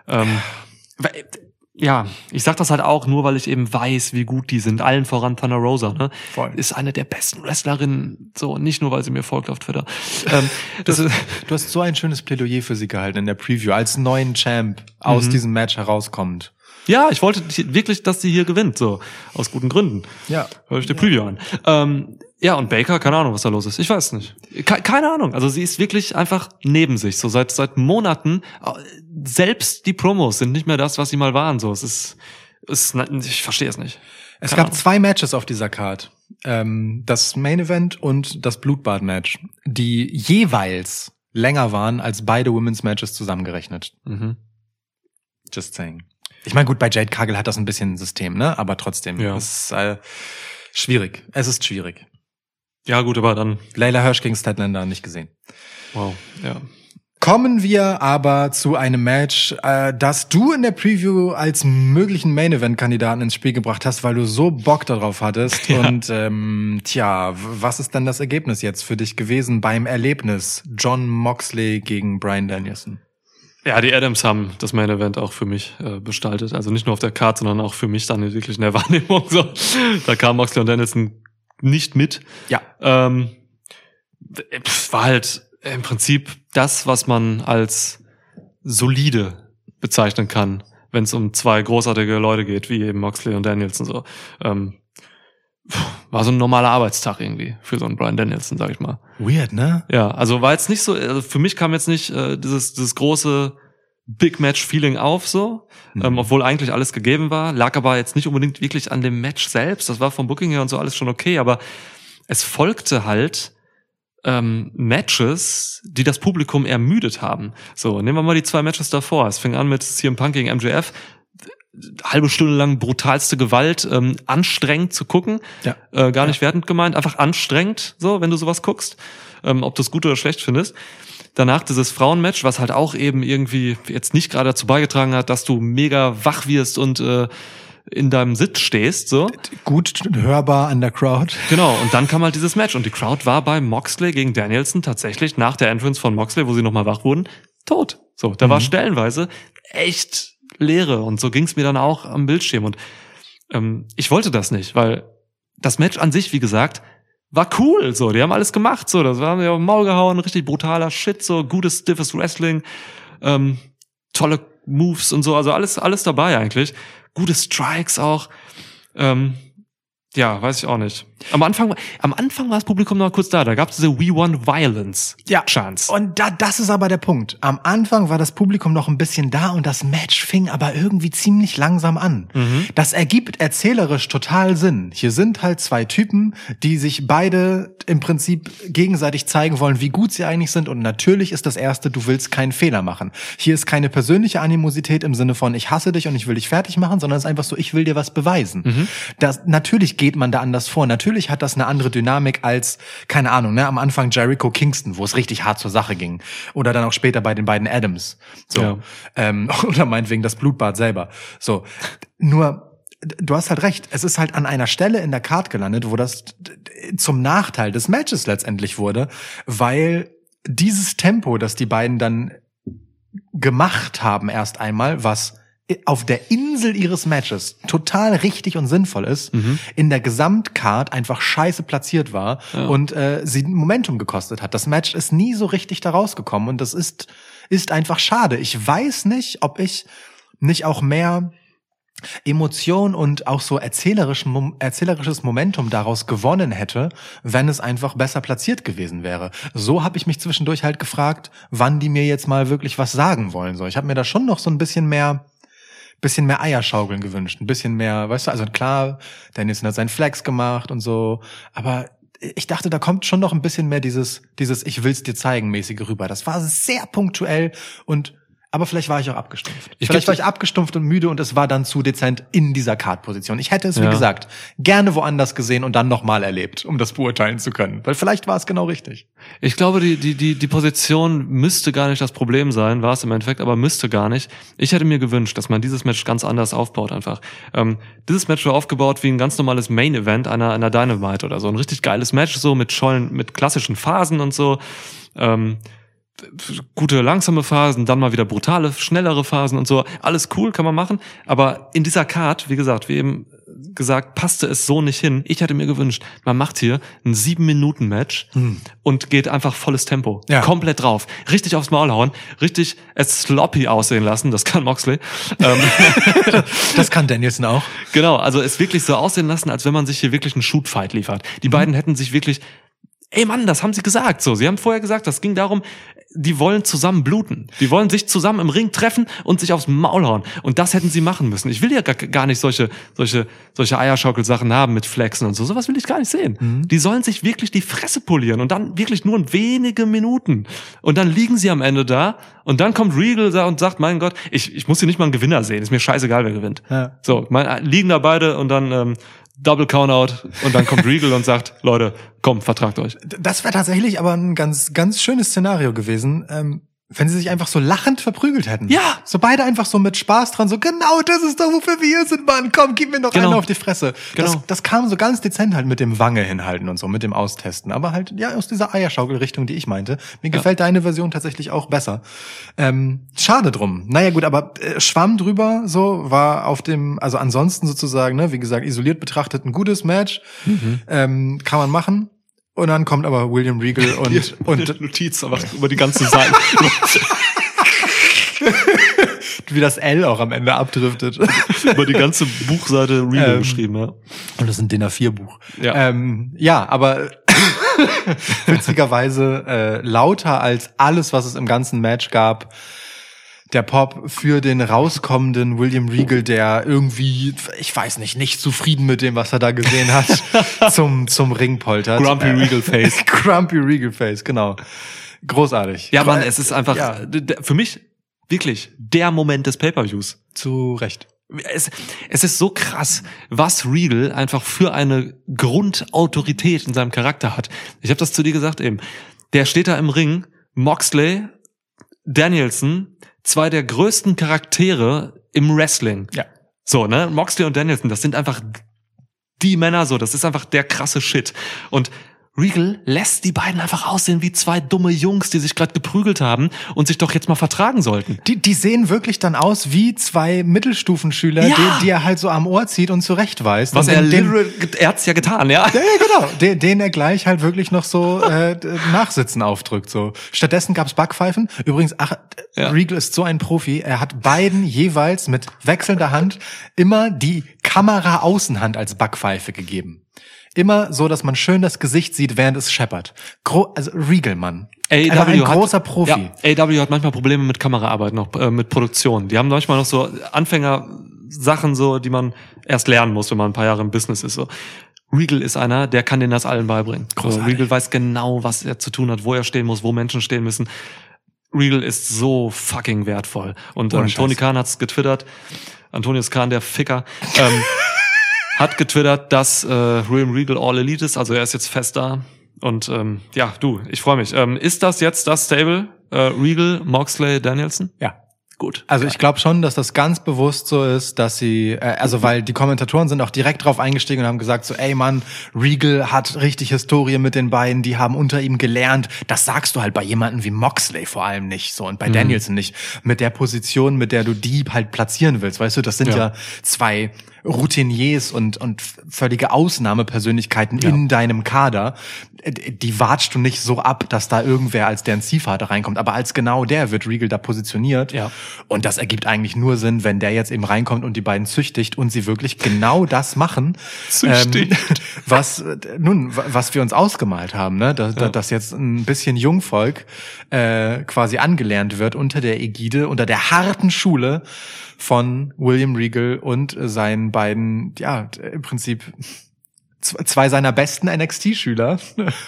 Ja, ich sag das halt auch nur, weil ich eben weiß, wie gut die sind. Allen voran Thunder Rosa, ne? Voll. Ist eine der besten Wrestlerinnen, so, nicht nur, weil sie mir folgt auf Twitter. Du hast so ein schönes Plädoyer für sie gehalten in der Preview, als neuen Champ aus diesem Match herauskommt. Ja, ich wollte wirklich, dass sie hier gewinnt, so, aus guten Gründen. Ja. Hör ich die Preview an. Ja, und Baker, keine Ahnung, was da los ist. Ich weiß nicht. Keine Ahnung. Also sie ist wirklich einfach neben sich. So seit Monaten. Selbst die Promos sind nicht mehr das, was sie mal waren. So, ich verstehe es nicht. Es gab 2 Matches auf dieser Card. Das Main Event und das Blutbad-Match, die jeweils länger waren als beide Women's Matches zusammengerechnet. Mhm. Just saying. Ich meine, gut, bei Jade Cargill hat das ein bisschen ein System, ne? Aber trotzdem, ja. Es ist schwierig. Es ist schwierig. Ja, gut, aber dann. Layla Hirsch gegen Statlander nicht gesehen. Wow, ja. Kommen wir aber zu einem Match, das du in der Preview als möglichen Main-Event-Kandidaten ins Spiel gebracht hast, weil du so Bock darauf hattest. Ja. Und was ist denn das Ergebnis jetzt für dich gewesen beim Erlebnis Jon Moxley gegen Bryan Danielson? Ja, die Adams haben das Main Event auch für mich gestaltet. Also nicht nur auf der Karte, sondern auch für mich dann wirklich in der Wahrnehmung. So. Da kam Moxley und Danielson nicht mit. Ja. War halt im Prinzip das, was man als solide bezeichnen kann, wenn es um zwei großartige Leute geht, wie eben Moxley und Danielson so. War so ein normaler Arbeitstag irgendwie für so einen Bryan Danielson, sag ich mal. Weird, ne? Ja, also war jetzt nicht so, also für mich kam jetzt nicht dieses große Big Match Feeling auf so, obwohl eigentlich alles gegeben war, lag aber jetzt nicht unbedingt wirklich an dem Match selbst, das war vom Booking her und so alles schon okay, aber es folgte halt Matches, die das Publikum ermüdet haben. So, nehmen wir mal die 2 Matches davor. Es fing an mit CM Punk gegen MJF, halbe Stunde lang brutalste Gewalt, anstrengend zu gucken, gar nicht wertend gemeint, einfach anstrengend, so, wenn du sowas guckst, ob du es gut oder schlecht findest. Danach dieses Frauenmatch, was halt auch eben irgendwie jetzt nicht gerade dazu beigetragen hat, dass du mega wach wirst und in deinem Sitz stehst, so. Gut hörbar an der Crowd. Genau, und dann kam halt dieses Match und die Crowd war bei Moxley gegen Danielson tatsächlich nach der Entrance von Moxley, wo sie nochmal wach wurden, tot. So, da war stellenweise echt Leere und so ging's mir dann auch am Bildschirm und ich wollte das nicht, weil das Match an sich, wie gesagt, war cool, so, die haben alles gemacht, so, das haben die auf den Maul gehauen, richtig brutaler Shit, so, gutes, stiffes Wrestling, tolle Moves und so, also alles dabei eigentlich, gute Strikes auch, ja, weiß ich auch nicht. Am Anfang war das Publikum noch kurz da gab es diese We Want Violence Chance. Und das ist aber der Punkt. Am Anfang war das Publikum noch ein bisschen da und das Match fing aber irgendwie ziemlich langsam an. Das ergibt erzählerisch total Sinn. Hier sind halt 2 Typen, die sich beide im Prinzip gegenseitig zeigen wollen, wie gut sie eigentlich sind und natürlich ist das erste, du willst keinen Fehler machen. Hier ist keine persönliche Animosität im Sinne von, ich hasse dich und ich will dich fertig machen, sondern es ist einfach so, ich will dir was beweisen. Natürlich geht man da anders vor. Natürlich hat das eine andere Dynamik als, keine Ahnung, ne, am Anfang Jericho Kingston, wo es richtig hart zur Sache ging. Oder dann auch später bei den beiden Adams. So. Ja. Oder meinetwegen das Blutbad selber. So. Nur, du hast halt recht. Es ist halt an einer Stelle in der Card gelandet, wo das zum Nachteil des Matches letztendlich wurde, weil dieses Tempo, das die beiden dann gemacht haben erst einmal, was auf der Insel ihres Matches total richtig und sinnvoll ist, in der Gesamtcard einfach scheiße platziert war und sie Momentum gekostet hat. Das Match ist nie so richtig da rausgekommen und das ist einfach schade. Ich weiß nicht, ob ich nicht auch mehr Emotion und auch so erzählerisches Momentum daraus gewonnen hätte, wenn es einfach besser platziert gewesen wäre. So habe ich mich zwischendurch halt gefragt, wann die mir jetzt mal wirklich was sagen wollen. So, ich habe mir da schon noch so ein bisschen mehr Eierschaukeln gewünscht, ein bisschen mehr, weißt du, also klar, Danielson hat seinen Flex gemacht und so, aber ich dachte, da kommt schon noch ein bisschen mehr dieses ich will's dir zeigen mäßige rüber. Das war sehr punktuell aber vielleicht war ich auch abgestumpft. Vielleicht war ich abgestumpft und müde und es war dann zu dezent in dieser Card-Position. Ich hätte es, wie gesagt, gerne woanders gesehen und dann nochmal erlebt, um das beurteilen zu können. Weil vielleicht war es genau richtig. Ich glaube, die Position müsste gar nicht das Problem sein, war es im Endeffekt, aber müsste gar nicht. Ich hätte mir gewünscht, dass man dieses Match ganz anders aufbaut einfach. Dieses Match war aufgebaut wie ein ganz normales Main-Event einer Dynamite oder so. Ein richtig geiles Match, so mit klassischen Phasen und so. Gute langsame Phasen, dann mal wieder brutale, schnellere Phasen und so. Alles cool, kann man machen. Aber in dieser Card, wie gesagt, wie eben gesagt, passte es so nicht hin. Ich hätte mir gewünscht, man macht hier ein 7-Minuten-Match und geht einfach volles Tempo. Ja. Komplett drauf. Richtig aufs Maul hauen. Richtig es sloppy aussehen lassen. Das kann Moxley. Das kann Danielson auch. Genau, also es wirklich so aussehen lassen, als wenn man sich hier wirklich einen Shoot-Fight liefert. Die beiden hätten sich wirklich... Ey Mann, das haben sie gesagt. So, sie haben vorher gesagt, das ging darum, die wollen zusammen bluten. Die wollen sich zusammen im Ring treffen und sich aufs Maul hauen. Und das hätten sie machen müssen. Ich will ja gar nicht solche Eierschaukelsachen haben mit Flexen und so. Sowas will ich gar nicht sehen. Die sollen sich wirklich die Fresse polieren und dann wirklich nur in wenige Minuten. Und dann liegen sie am Ende da und dann kommt Regal und sagt, mein Gott, ich muss hier nicht mal einen Gewinner sehen. Ist mir scheißegal, wer gewinnt. Ja. So, liegen da beide und dann Double Countout und dann kommt Regal und sagt, Leute, komm, vertragt euch. Das wäre tatsächlich aber ein ganz, ganz schönes Szenario gewesen, wenn sie sich einfach so lachend verprügelt hätten. Ja. So beide einfach so mit Spaß dran, so genau, das ist doch, wofür wir hier sind, Mann, komm, gib mir noch einen auf die Fresse. Genau. Das kam so ganz dezent halt mit dem Wange hinhalten und so, mit dem Austesten, aber halt, ja, aus dieser Eierschaukelrichtung, die ich meinte. Mir gefällt deine Version tatsächlich auch besser. Schade drum. Naja, gut, aber Schwamm drüber, so, war auf dem, also ansonsten sozusagen, ne, wie gesagt, isoliert betrachtet ein gutes Match, kann man machen. Und dann kommt aber William Regal und Notiz aber über die ganze Seite. wie das L auch am Ende abdriftet. Über die ganze Buchseite Regal geschrieben, ja. Und das ist ein DIN A4-Buch. Ja. Ja, aber witzigerweise lauter als alles, was es im ganzen Match gab, der Pop für den rauskommenden William Regal, der irgendwie, ich weiß nicht zufrieden mit dem, was er da gesehen hat, zum Ring poltert. Grumpy Regal Face. Grumpy Regal Face, genau. Großartig. Ja, Mann, es ist einfach für mich wirklich der Moment des Pay-Per-Views. Zu Recht. Es ist so krass, was Regal einfach für eine Grundautorität in seinem Charakter hat. Ich habe das zu dir gesagt eben. Der steht da im Ring, Moxley, Danielson, zwei der größten Charaktere im Wrestling. Ja. So, ne? Moxley und Danielson, das sind einfach die Männer so. Das ist einfach der krasse Shit. Und Regal lässt die beiden einfach aussehen wie zwei dumme Jungs, die sich gerade geprügelt haben und sich doch jetzt mal vertragen sollten. Die sehen wirklich dann aus wie zwei Mittelstufenschüler, die er halt so am Ohr zieht und zurechtweist. Was und er hat's ja getan, ja. Ja, genau. Den er gleich halt wirklich noch so Nachsitzen aufdrückt. So. Stattdessen gab's Backpfeifen. Übrigens, Regal ist so ein Profi. Er hat beiden jeweils mit wechselnder Hand immer die Kamera-Außenhand als Backpfeife gegeben. Immer so, dass man schön das Gesicht sieht, während es scheppert. Also Regal, Mann. Einfach ein großer Profi. Ja, AW hat manchmal Probleme mit Kameraarbeit noch, mit Produktion. Die haben manchmal noch so Anfängersachen so, die man erst lernen muss, wenn man ein paar Jahre im Business ist. So. Regal ist einer, der kann denen das allen beibringen. So, Regal weiß genau, was er zu tun hat, wo er stehen muss, wo Menschen stehen müssen. Regal ist so fucking wertvoll. Und Tony Khan hat's getwittert. Antonius Khan, der Ficker. Hat getwittert, dass William Regal All Elite ist, also er ist jetzt fest da. Und ja, ich freue mich. Ist das jetzt das Stable? Regal, Moxley, Danielson? Ja. Gut. Also ich glaube schon, dass das ganz bewusst so ist, dass sie, weil die Kommentatoren sind auch direkt drauf eingestiegen und haben gesagt so, ey Mann, Regal hat richtig Historie mit den beiden, die haben unter ihm gelernt. Das sagst du halt bei jemandem wie Moxley vor allem nicht so und bei Danielson nicht. Mit der Position, mit der du die halt platzieren willst, weißt du, das sind ja zwei Routiniers und völlige Ausnahmepersönlichkeiten in deinem Kader. Die watscht du nicht so ab, dass da irgendwer als deren Ziehvater reinkommt. Aber als genau der wird Regal da positioniert. Ja. Und das ergibt eigentlich nur Sinn, wenn der jetzt eben reinkommt und die beiden züchtigt und sie wirklich genau das machen, was wir uns ausgemalt haben, ne? Dass jetzt ein bisschen Jungvolk quasi angelernt wird unter der Ägide, unter der harten Schule von William Regal und seinen beiden, ja, im Prinzip zwei seiner besten NXT-Schüler,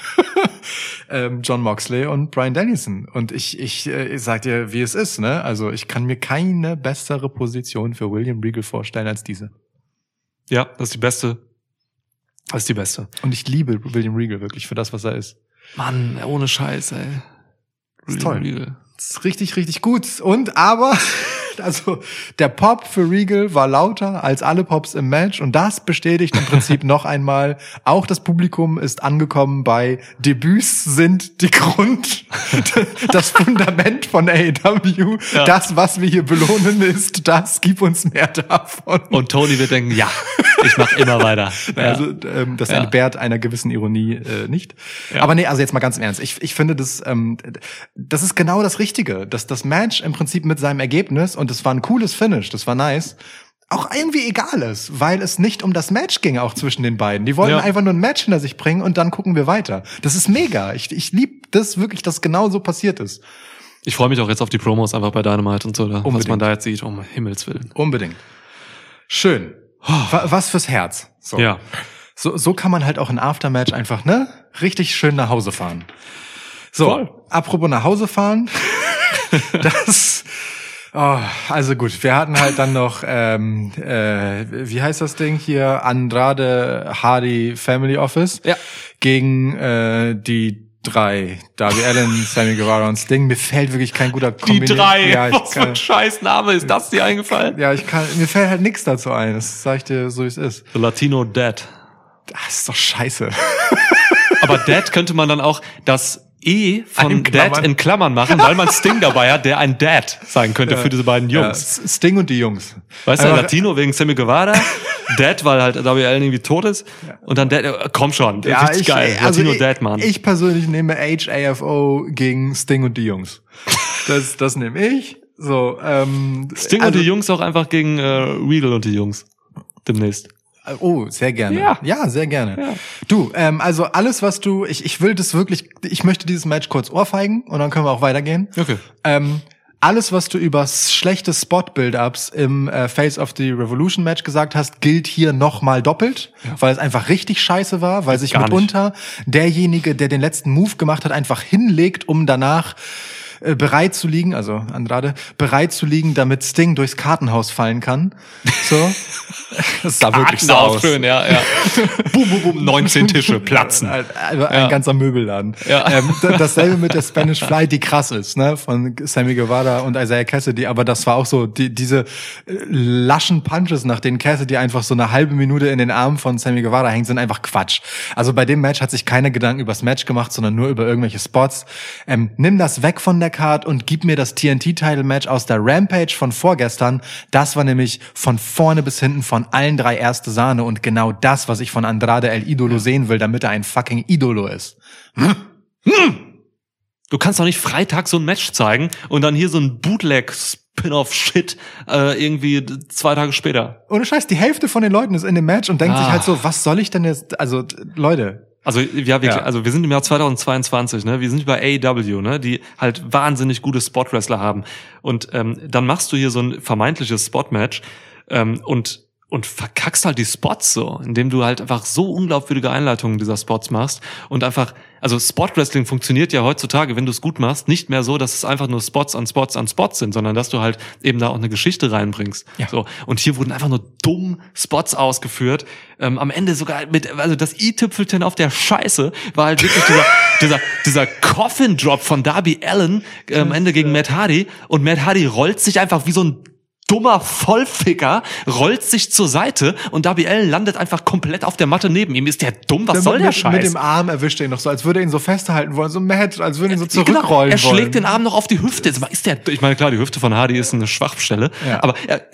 Jon Moxley und Bryan Danielson. Und ich sag dir, wie es ist, ne? Also ich kann mir keine bessere Position für William Regal vorstellen als diese. Ja, das ist die beste. Das ist die beste. Und ich liebe William Regal wirklich für das, was er ist. Mann, ohne Scheiß, ey. Ist toll. Regal. Das ist richtig, richtig gut. Und aber, also der Pop für Regal war lauter als alle Pops im Match und das bestätigt im Prinzip noch einmal, auch das Publikum ist angekommen bei Debüts sind die das Fundament von AEW, das, was wir hier belohnen ist, das, gib uns mehr davon. Und Tony wird denken, ja, ich mach immer weiter. Also das entbehrt einer gewissen Ironie nicht. Ja. Aber nee, also jetzt mal ganz im Ernst, ich finde das ist genau das Richtige, dass das Match im Prinzip mit seinem Ergebnis, und es war ein cooles Finish, das war nice, auch irgendwie egal ist, weil es nicht um das Match ging auch zwischen den beiden. Die wollten einfach nur ein Match hinter sich bringen und dann gucken wir weiter. Das ist mega. Ich liebe das wirklich, dass genau so passiert ist. Ich freue mich auch jetzt auf die Promos einfach bei Dynamite und so, was man da jetzt sieht, um Himmels Willen. Unbedingt. Schön. Was fürs Herz. So. Ja. So kann man halt auch ein Aftermatch einfach, ne? Richtig schön nach Hause fahren. So, voll. Apropos nach Hause fahren. Also gut, wir hatten halt dann noch, wie heißt das Ding hier? Andrade Hardy Family Office gegen die drei, Darby Allin, Sammy Guevara und Sting. Mir fällt wirklich kein guter Die drei, was für ein Scheißname ist das dir eingefallen? Ja, mir fällt halt nichts dazu ein, das sag ich dir so, wie es ist. The Latino Dad. Das ist doch scheiße. Aber Dad könnte man dann auch das E von Dad in Klammern machen, weil man Sting dabei hat, der ein Dad sein könnte für diese beiden Jungs. Ja, Sting und die Jungs. Weißt du, Latino wegen Sammy Guevara, Dad, weil halt Darby Allin irgendwie tot ist und dann Dad, komm schon, ja, richtig geil. Latino Dad, Mann. Ich persönlich nehme HAFO gegen Sting und die Jungs. Das nehme ich. So, Sting und die Jungs auch einfach gegen Riddle und die Jungs demnächst. Oh, sehr gerne. Ja, sehr gerne. Ja. Du, also alles, was du, ich will das wirklich, ich möchte dieses Match kurz ohrfeigen und dann können wir auch weitergehen. Okay. Alles, was du über schlechte Spot-Build-Ups im Face of the Revolution Match gesagt hast, gilt hier nochmal doppelt, weil es einfach richtig scheiße war, weil sich mitunter derjenige, der den letzten Move gemacht hat, einfach hinlegt, um danach bereit zu liegen, also Andrade, bereit zu liegen, damit Sting durchs Kartenhaus fallen kann. So. Das sah wirklich so aus. Schön, ja. Boom, boom, boom, 19 Tische platzen. Ein ganzer Möbelladen. Ja. Dasselbe mit der Spanish Fly, die krass ist, ne, von Sammy Guevara und Isaiah Cassidy, aber das war auch so, diese laschen Punches, nach denen Cassidy einfach so eine halbe Minute in den Armen von Sammy Guevara hängt, sind einfach Quatsch. Also bei dem Match hat sich keiner Gedanken übers Match gemacht, sondern nur über irgendwelche Spots. Nimm das weg von der Card und gib mir das TNT-Title-Match aus der Rampage von vorgestern. Das war nämlich von vorne bis hinten von allen 3 erste Sahne und genau das, was ich von Andrade El Idolo sehen will, damit er ein fucking Idolo ist. Du kannst doch nicht Freitag so ein Match zeigen und dann hier so ein Bootleg-Spin-off-Shit irgendwie 2 Tage später. Ohne Scheiß, die Hälfte von den Leuten ist in dem Match und denkt sich halt so, was soll ich denn jetzt, also Leute... Also ja, wirklich, also wir sind im Jahr 2022, ne? Wir sind bei AEW, ne? Die halt wahnsinnig gute Spot-Wrestler haben. Und dann machst du hier so ein vermeintliches Spot-Match und verkackst halt die Spots so, indem du halt einfach so unglaubwürdige Einleitungen dieser Spots machst und einfach, also Spot-Wrestling funktioniert ja heutzutage, wenn du es gut machst, nicht mehr so, dass es einfach nur Spots an Spots an Spots sind, sondern dass du halt eben da auch eine Geschichte reinbringst. Ja. So. Und hier wurden einfach nur dumm Spots ausgeführt. Am Ende sogar also das i-Tüpfelchen auf der Scheiße war halt wirklich dieser Coffin-Drop von Darby Allin am Ende gegen Matt Hardy und Matt Hardy rollt sich einfach wie so ein dummer Vollficker, rollt sich zur Seite und Darby Allin landet einfach komplett auf der Matte neben ihm. Ist der dumm? Was soll der Scheiß? Mit dem Arm erwischt er ihn noch so, als würde er ihn so festhalten wollen, so Matt, als würde er ihn so zurückrollen wollen. Er schlägt den Arm noch auf die Hüfte. Ich meine, klar, die Hüfte von Hardy ist eine Schwachstelle, aber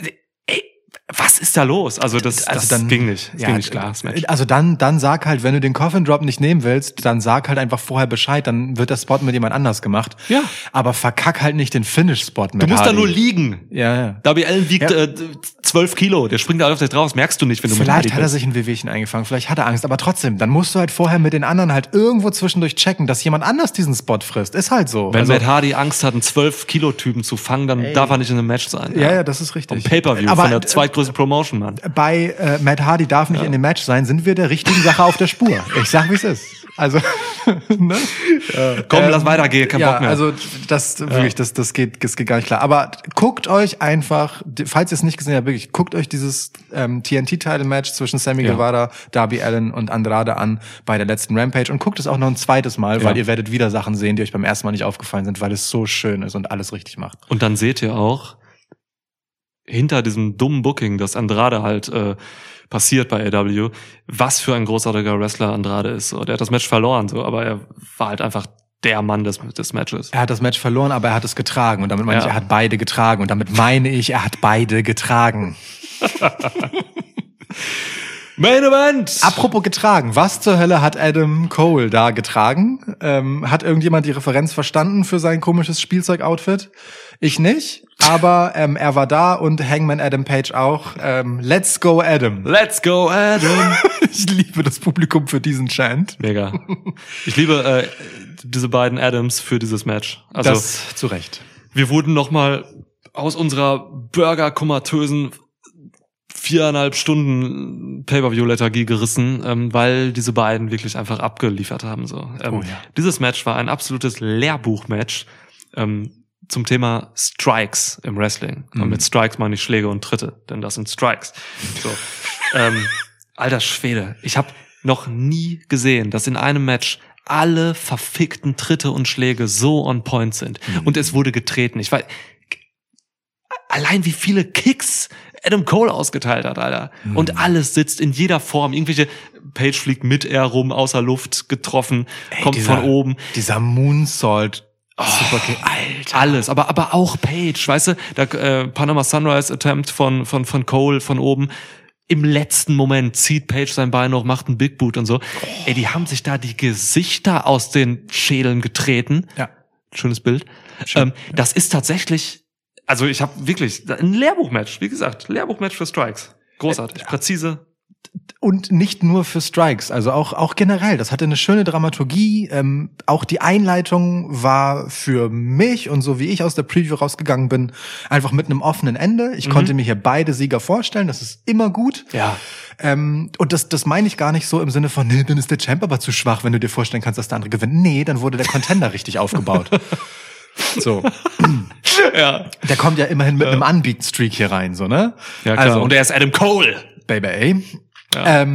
was ist da los? Also das ging nicht. Das ging nicht klar, das Match. Also dann sag halt, wenn du den Coffin Drop nicht nehmen willst, dann sag halt einfach vorher Bescheid, dann wird der Spot mit jemand anders gemacht. Ja. Aber verkack halt nicht den Finish-Spot mit Du musst Hardy. Da nur liegen. Ja. Darby Allin wiegt 12 Kilo, der springt da auf dich drauf, das merkst du nicht, wenn du mit Hardy bist. Vielleicht hat er sich ein Wehwehchen eingefangen, vielleicht hat er Angst, aber trotzdem, dann musst du halt vorher mit den anderen halt irgendwo zwischendurch checken, dass jemand anders diesen Spot frisst. Ist halt so. Wenn Matt Hardy Angst hat, einen 12-Kilo-Typen zu fangen, dann darf er nicht in einem Match sein. Ja, das ist richtig. Vom Pay-Per-View, von der zweitgrößten Promotion, Mann. Bei Matt Hardy darf nicht in dem Match sein, sind wir der richtigen Sache auf der Spur. Ich sag, wie es ist. Also, ne? Komm, lass weitergehen, kein Bock mehr. Also, das geht gar nicht klar. Aber guckt euch einfach, falls ihr es nicht gesehen habt, wirklich, guckt euch dieses TNT-Title-Match zwischen Sammy Guevara, Darby Allin und Andrade an bei der letzten Rampage und guckt es auch noch ein zweites Mal, weil ihr werdet wieder Sachen sehen, die euch beim ersten Mal nicht aufgefallen sind, weil es so schön ist und alles richtig macht. Und dann seht ihr auch, hinter diesem dummen Booking, das Andrade halt passiert bei AEW, was für ein großartiger Wrestler Andrade ist. So, der hat das Match verloren, so, aber er war halt einfach der Mann des Matches. Er hat das Match verloren, aber er hat es getragen. Und damit meine ich, er hat beide getragen. Und damit meine ich, er hat beide getragen. Main Event! Apropos getragen, was zur Hölle hat Adam Cole da getragen? Hat irgendjemand die Referenz verstanden für sein komisches Spielzeug-Outfit? Ich nicht, aber er war da und Hangman Adam Page auch. Let's go Adam. Let's go Adam. Ich liebe das Publikum für diesen Chant. Mega. Ich liebe diese beiden Adams für dieses Match. Also das zu Recht. Wir wurden nochmal aus unserer burgerkomatösen 4,5 Stunden Pay-Per-View-Lethargie gerissen, weil diese beiden wirklich einfach abgeliefert haben. So. Dieses Match war ein absolutes Lehrbuch-Match zum Thema Strikes im Wrestling. Und mit Strikes meine ich Schläge und Tritte, denn das sind Strikes. So. Alter Schwede, ich habe noch nie gesehen, dass in einem Match alle verfickten Tritte und Schläge so on point sind. Und es wurde getreten. Ich weiß, allein wie viele Kicks Adam Cole ausgeteilt hat, Alter. Und alles sitzt in jeder Form. Irgendwelche Page fliegt mit er rum, außer Luft, getroffen, kommt von oben. Dieser Moonsault. Super, Alter. Alles, aber auch Page, weißt du, der Panama Sunrise Attempt von Cole von oben. Im letzten Moment zieht Page sein Bein noch, macht einen Big Boot und so. Ey, die haben sich da die Gesichter aus den Schädeln getreten. Ja. Schönes Bild. Das ist tatsächlich also ich habe wirklich ein Lehrbuchmatch, wie gesagt, Lehrbuchmatch für Strikes. Großartig, präzise. Und nicht nur für Strikes, also auch generell. Das hatte eine schöne Dramaturgie. Auch die Einleitung war für mich und so wie ich aus der Preview rausgegangen bin, einfach mit einem offenen Ende. Ich konnte mir hier beide Sieger vorstellen. Das ist immer gut. Ja. Und das meine ich gar nicht so im Sinne von, nee, dann ist der Champ aber zu schwach, wenn du dir vorstellen kannst, dass der andere gewinnt. Nee, dann wurde der Contender richtig aufgebaut. So. Ja. Der kommt ja immerhin mit einem Unbeaten-Streak hier rein, so, ne? Ja, klar. Also, und er ist Adam Cole. Baby. Ja.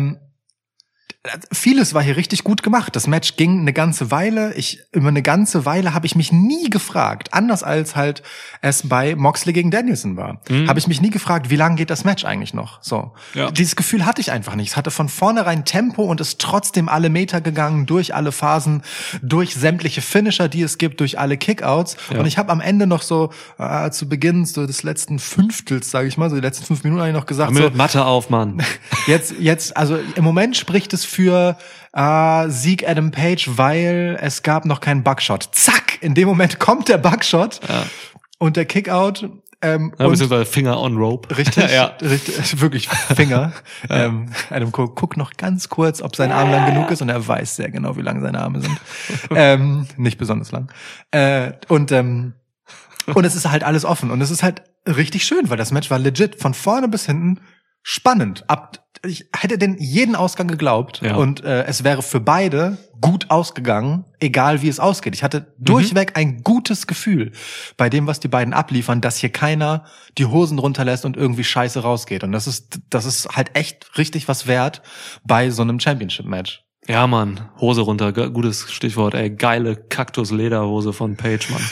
Vieles war hier richtig gut gemacht. Das Match ging eine ganze Weile. Über eine ganze Weile habe ich mich nie gefragt, anders als halt es bei Moxley gegen Danielson war, habe ich mich nie gefragt, wie lange geht das Match eigentlich noch? So, ja. Dieses Gefühl hatte ich einfach nicht. Es hatte von vornherein Tempo und ist trotzdem alle Meter gegangen, durch alle Phasen, durch sämtliche Finisher, die es gibt, durch alle Kickouts. Ja. Und ich habe am Ende noch so zu Beginn so des letzten Fünftels, sage ich mal, so die letzten 5 Minuten habe ich noch gesagt, so Mathe auf, Mann. Jetzt, also im Moment spricht es für Sieg Adam Page, weil es gab noch keinen Bugshot. Zack! In dem Moment kommt der Bugshot und der Kickout. Beziehungsweise Finger on Rope. Richtig, richtig, wirklich Finger. Adam Cole guckt noch ganz kurz, ob sein Arm lang genug ist und er weiß sehr genau, wie lang seine Arme sind. Nicht besonders lang. Und es ist halt alles offen und es ist halt richtig schön, weil das Match war legit von vorne bis hinten spannend. Ich hätte den jeden Ausgang geglaubt und es wäre für beide gut ausgegangen, egal wie es ausgeht. Ich hatte durchweg ein gutes Gefühl bei dem, was die beiden abliefern, dass hier keiner die Hosen runterlässt und irgendwie scheiße rausgeht. Und das ist halt echt richtig was wert bei so einem Championship-Match. Ja, Mann, Hose runter, gutes Stichwort, ey, geile Kaktus-Lederhose von Page, Mann.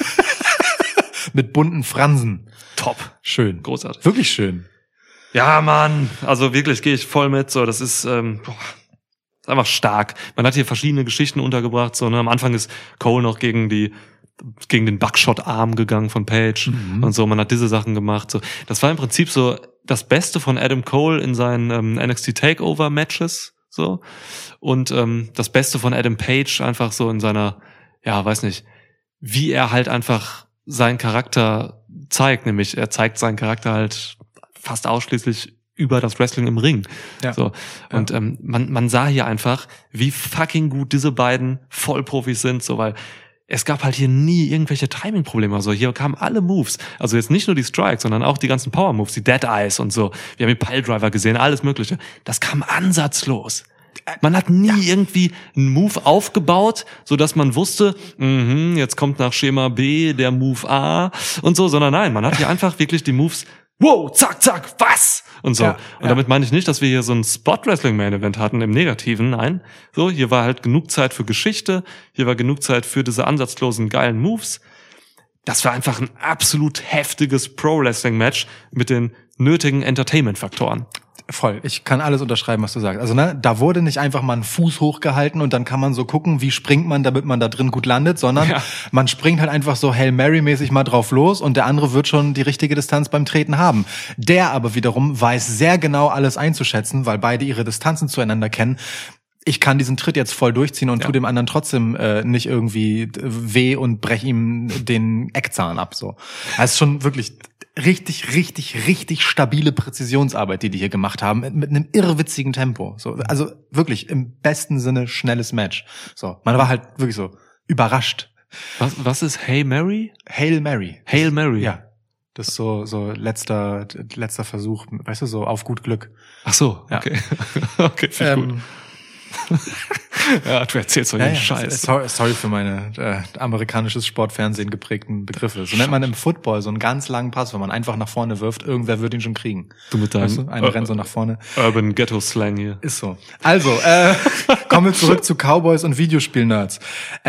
Mit bunten Fransen. Top. Schön. Großartig. Wirklich schön. Ja, Mann, also wirklich gehe ich voll mit, so, das ist einfach stark. Man hat hier verschiedene Geschichten untergebracht, so, ne, am Anfang ist Cole noch gegen den Buckshot-Arm gegangen von Page und so, man hat diese Sachen gemacht, so. Das war im Prinzip so das Beste von Adam Cole in seinen NXT Takeover-Matches, so, und das Beste von Adam Page einfach so in seiner, ja, weiß nicht, wie er halt einfach seinen Charakter zeigt, nämlich er zeigt seinen Charakter halt fast ausschließlich über das Wrestling im Ring. Ja. So. Und man sah hier einfach, wie fucking gut diese beiden Vollprofis sind, so, weil es gab halt hier nie irgendwelche Timing-Probleme. Also hier kamen alle Moves. Also jetzt nicht nur die Strikes, sondern auch die ganzen Power-Moves, die Dead Eyes und so. Wir haben die Piledriver gesehen, alles Mögliche. Das kam ansatzlos. Man hat nie irgendwie einen Move aufgebaut, so dass man wusste, jetzt kommt nach Schema B der Move A und so, sondern nein, man hat hier einfach wirklich die Moves, wow, zack, zack, was? Und so. Und damit meine ich nicht, dass wir hier so ein Spot-Wrestling-Main-Event hatten im Negativen, nein. So, hier war halt genug Zeit für Geschichte, hier war genug Zeit für diese ansatzlosen, geilen Moves. Das war einfach ein absolut heftiges Pro-Wrestling-Match mit den nötigen Entertainment-Faktoren. Voll. Ich kann alles unterschreiben, was du sagst. Also, ne, da wurde nicht einfach mal ein Fuß hochgehalten und dann kann man so gucken, wie springt man, damit man da drin gut landet, sondern man springt halt einfach so Hail Mary-mäßig mal drauf los und der andere wird schon die richtige Distanz beim Treten haben. Der aber wiederum weiß sehr genau alles einzuschätzen, weil beide ihre Distanzen zueinander kennen. Ich kann diesen Tritt jetzt voll durchziehen und tu dem anderen trotzdem nicht irgendwie weh und brech ihm den Eckzahn ab, so. Das ist schon wirklich richtig stabile Präzisionsarbeit, die hier gemacht haben, mit einem irrwitzigen Tempo. So, also wirklich im besten Sinne schnelles Match. So, man war halt wirklich so überrascht. Was ist Hail Mary? Hail Mary. Hail Mary. Ja. Das ist so letzter Versuch, weißt du, so auf gut Glück. Ach so, okay. Ja. Okay, finde ich gut. Ja, du erzählst doch den Scheiß. Sorry für meine amerikanisches Sportfernsehen geprägten Begriffe. So nennt man im Football so einen ganz langen Pass, wenn man einfach nach vorne wirft, irgendwer wird ihn schon kriegen. Du mit deinem weißt du? Einer rennt so nach vorne. Urban Ghetto Slang hier. Ist so. Also, kommen wir zurück zu Cowboys und Videospiel-Nerds.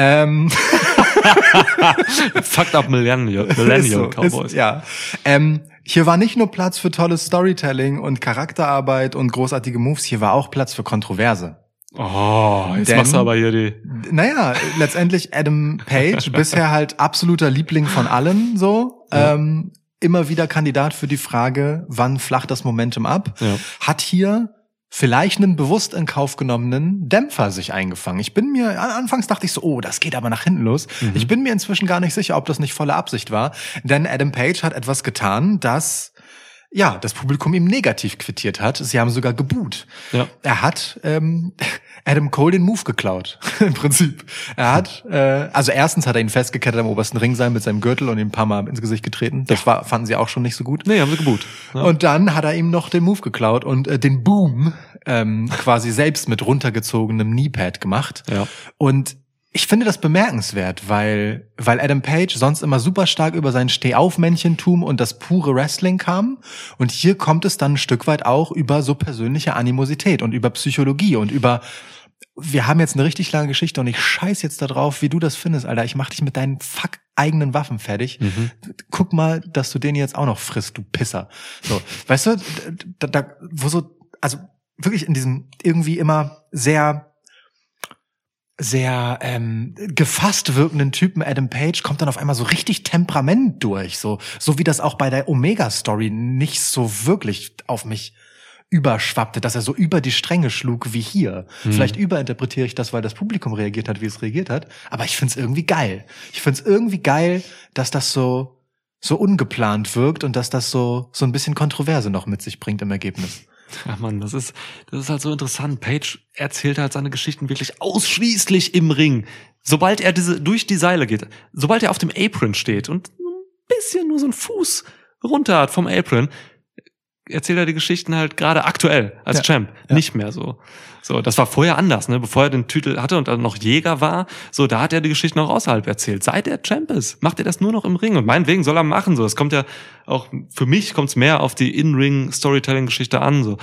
Fucked up Millennial Cowboys. Hier war nicht nur Platz für tolles Storytelling und Charakterarbeit und großartige Moves, hier war auch Platz für Kontroverse. Oh, jetzt machst du aber hier die... Naja, letztendlich Adam Page, bisher halt absoluter Liebling von allen, so. Ja. Immer wieder Kandidat für die Frage, wann flacht das Momentum ab? Ja. Hat hier vielleicht einen bewusst in Kauf genommenen Dämpfer sich eingefangen. Anfangs dachte ich so, oh, das geht aber nach hinten los. Ich bin mir inzwischen gar nicht sicher, ob das nicht volle Absicht war, denn Adam Page hat etwas getan, das das Publikum ihm negativ quittiert hat. Sie haben sogar geboot. Ja. Er hat Adam Cole den Move geklaut, im Prinzip. Er hat, also erstens hat er ihn festgekettet am obersten Ringseil mit seinem Gürtel und ihm ein paar Mal ins Gesicht getreten. Das fanden sie auch schon nicht so gut. Nee, haben sie geboot. Ja. Und dann hat er ihm noch den Move geklaut und den Boom quasi selbst mit runtergezogenem Kneepad gemacht. Ja. Und ich finde das bemerkenswert, weil Adam Page sonst immer super stark über sein Stehaufmännchentum und das pure Wrestling kam. Und hier kommt es dann ein Stück weit auch über so persönliche Animosität und über Psychologie und wir haben jetzt eine richtig lange Geschichte und ich scheiß jetzt da drauf, wie du das findest, Alter. Ich mach dich mit deinen eigenen Waffen fertig. Guck mal, dass du den jetzt auch noch frisst, du Pisser. So, weißt du, also wirklich in diesem irgendwie immer sehr gefasst wirkenden Typen Adam Page kommt dann auf einmal so richtig Temperament durch, so wie das auch bei der Omega-Story nicht so wirklich auf mich überschwappte, dass er so über die Stränge schlug wie hier. Vielleicht überinterpretiere ich das, weil das Publikum reagiert hat, wie es reagiert hat, aber ich find's irgendwie geil. Ich find's irgendwie geil, dass das so ungeplant wirkt und dass das so ein bisschen Kontroverse noch mit sich bringt im Ergebnis. Ja, Mann, das ist halt so interessant. Page erzählt halt seine Geschichten wirklich ausschließlich im Ring. Sobald er durch die Seile geht, sobald er auf dem Apron steht und ein bisschen nur so einen Fuß runter hat vom Apron, erzählt er die Geschichten halt gerade aktuell als Champ, nicht mehr so. So, das war vorher anders, ne? Bevor er den Titel hatte und dann noch Jäger war, so, da hat er die Geschichten auch außerhalb erzählt. Seit er Champ ist, macht er das nur noch im Ring und meinetwegen soll er machen, so. Das kommt ja auch, für mich kommt's mehr auf die In-Ring-Storytelling-Geschichte an, so.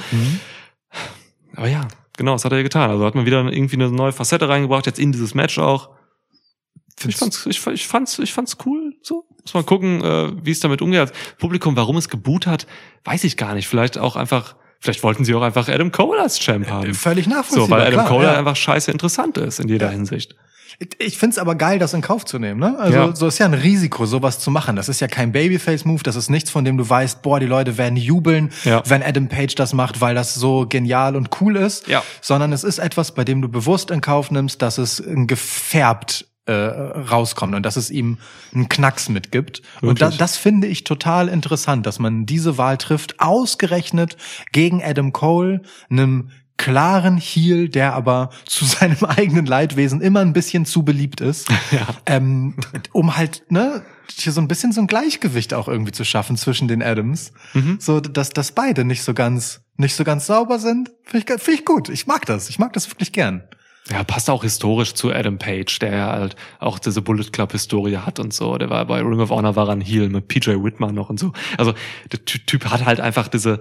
Aber ja, genau, das hat er getan. Also hat man wieder irgendwie eine neue Facette reingebracht, jetzt in dieses Match auch. Ich fand's cool, so. Muss mal gucken, wie es damit umgeht. Publikum, warum es geboot hat, weiß ich gar nicht. Vielleicht wollten sie auch einfach Adam Cole als Champ haben. Völlig nachvollziehbar. So, weil Adam Cole einfach scheiße interessant ist in jeder Hinsicht. Ich find's aber geil, das in Kauf zu nehmen, ne? Also, so ist ja ein Risiko, sowas zu machen. Das ist ja kein Babyface-Move, das ist nichts, von dem du weißt, boah, die Leute werden jubeln, wenn Adam Page das macht, weil das so genial und cool ist. Sondern es ist etwas, bei dem du bewusst in Kauf nimmst, dass es gefärbt rauskommt und dass es ihm einen Knacks mitgibt. Wirklich? Und das finde ich total interessant, dass man diese Wahl trifft, ausgerechnet gegen Adam Cole, einem klaren Heel, der aber zu seinem eigenen Leidwesen immer ein bisschen zu beliebt ist, um halt, hier so ein bisschen so ein Gleichgewicht auch irgendwie zu schaffen zwischen den Adams, so dass beide nicht so ganz sauber sind. Finde ich gut. Ich mag das wirklich gern. Ja, passt auch historisch zu Adam Page, der ja halt auch diese Bullet Club Historie hat und so. Der war bei Ring of Honor war ein Heel mit PJ Whitmer noch und so. Also der Typ hat halt einfach diese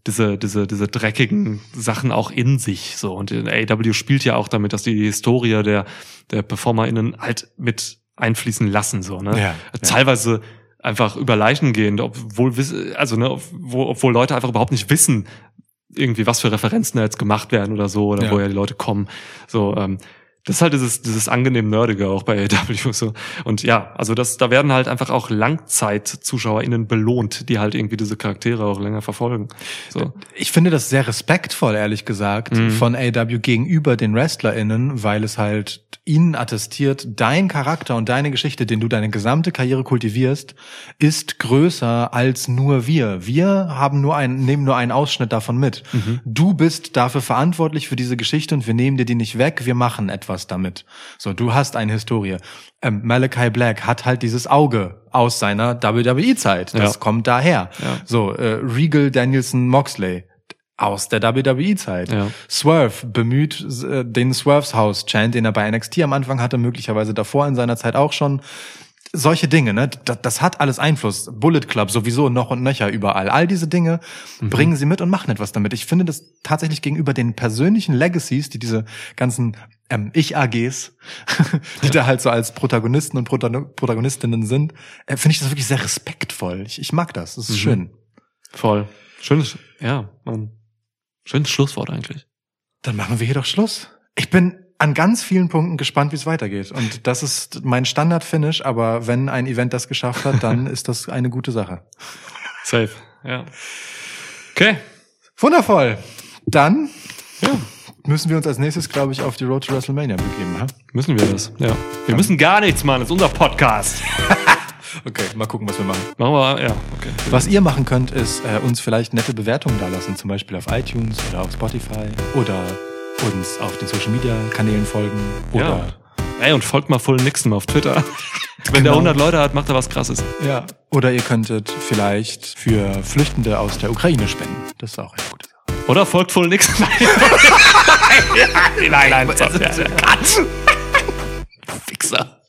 dreckigen Sachen auch in sich, so. Und AEW spielt ja auch damit, dass die Historie der PerformerInnen halt mit einfließen lassen, so, ne? Teilweise einfach über Leichen gehend, obwohl Leute einfach überhaupt nicht wissen, irgendwie, was für Referenzen da jetzt gemacht werden oder so, oder woher die Leute kommen. So, das ist halt dieses angenehm Nerdige auch bei AEW so. Und ja, also da werden halt einfach auch Langzeit-ZuschauerInnen belohnt, die halt irgendwie diese Charaktere auch länger verfolgen. So. Ich finde das sehr respektvoll, ehrlich gesagt, von AEW gegenüber den WrestlerInnen, weil es halt ihnen attestiert, dein Charakter und deine Geschichte, den du deine gesamte Karriere kultivierst, ist größer als nur wir. Wir nehmen nur einen Ausschnitt davon mit. Du bist dafür verantwortlich für diese Geschichte und wir nehmen dir die nicht weg, wir machen etwas damit. So, du hast eine Historie. Malachi Black hat halt dieses Auge aus seiner WWE-Zeit. Das kommt daher. So, Regal, Danielson, Moxley aus der WWE-Zeit. Swerve bemüht den Swerves House-Chant, den er bei NXT am Anfang hatte, möglicherweise davor in seiner Zeit auch schon. Solche Dinge, ne? Das hat alles Einfluss. Bullet Club sowieso noch und nöcher überall. All diese Dinge bringen sie mit und machen etwas damit. Ich finde das tatsächlich gegenüber den persönlichen Legacies, die diese ganzen Ich-AGs, die da halt so als Protagonisten und Protagonistinnen sind, finde ich das wirklich sehr respektvoll. Ich mag das. Das ist schön. Voll. Schönes Schlusswort eigentlich. Dann machen wir hier doch Schluss. Ich bin an ganz vielen Punkten gespannt, wie es weitergeht. Und das ist mein Standard-Finish, aber wenn ein Event das geschafft hat, dann ist das eine gute Sache. Safe, ja. Okay. Wundervoll. Dann Ja, müssen wir uns als nächstes, glaube ich, auf die Road to WrestleMania begeben. Ha? müssen wir das. Ja. Wir müssen gar nichts machen, das ist unser Podcast. Okay, mal gucken, was wir machen. Machen wir, ja, okay. Was ihr machen könnt, ist uns vielleicht nette Bewertungen dalassen, zum Beispiel auf iTunes oder auf Spotify oder uns auf den Social Media Kanälen folgen oder Ja. Ey, und folgt mal Full Nixon auf Twitter. Wenn der 100 Leute hat, macht er was Krasses. ja. Oder ihr könntet vielleicht für Flüchtende aus der Ukraine spenden. Das ist auch eine gute Sache. Oder folgt Full Nixon. Nein, Fixer.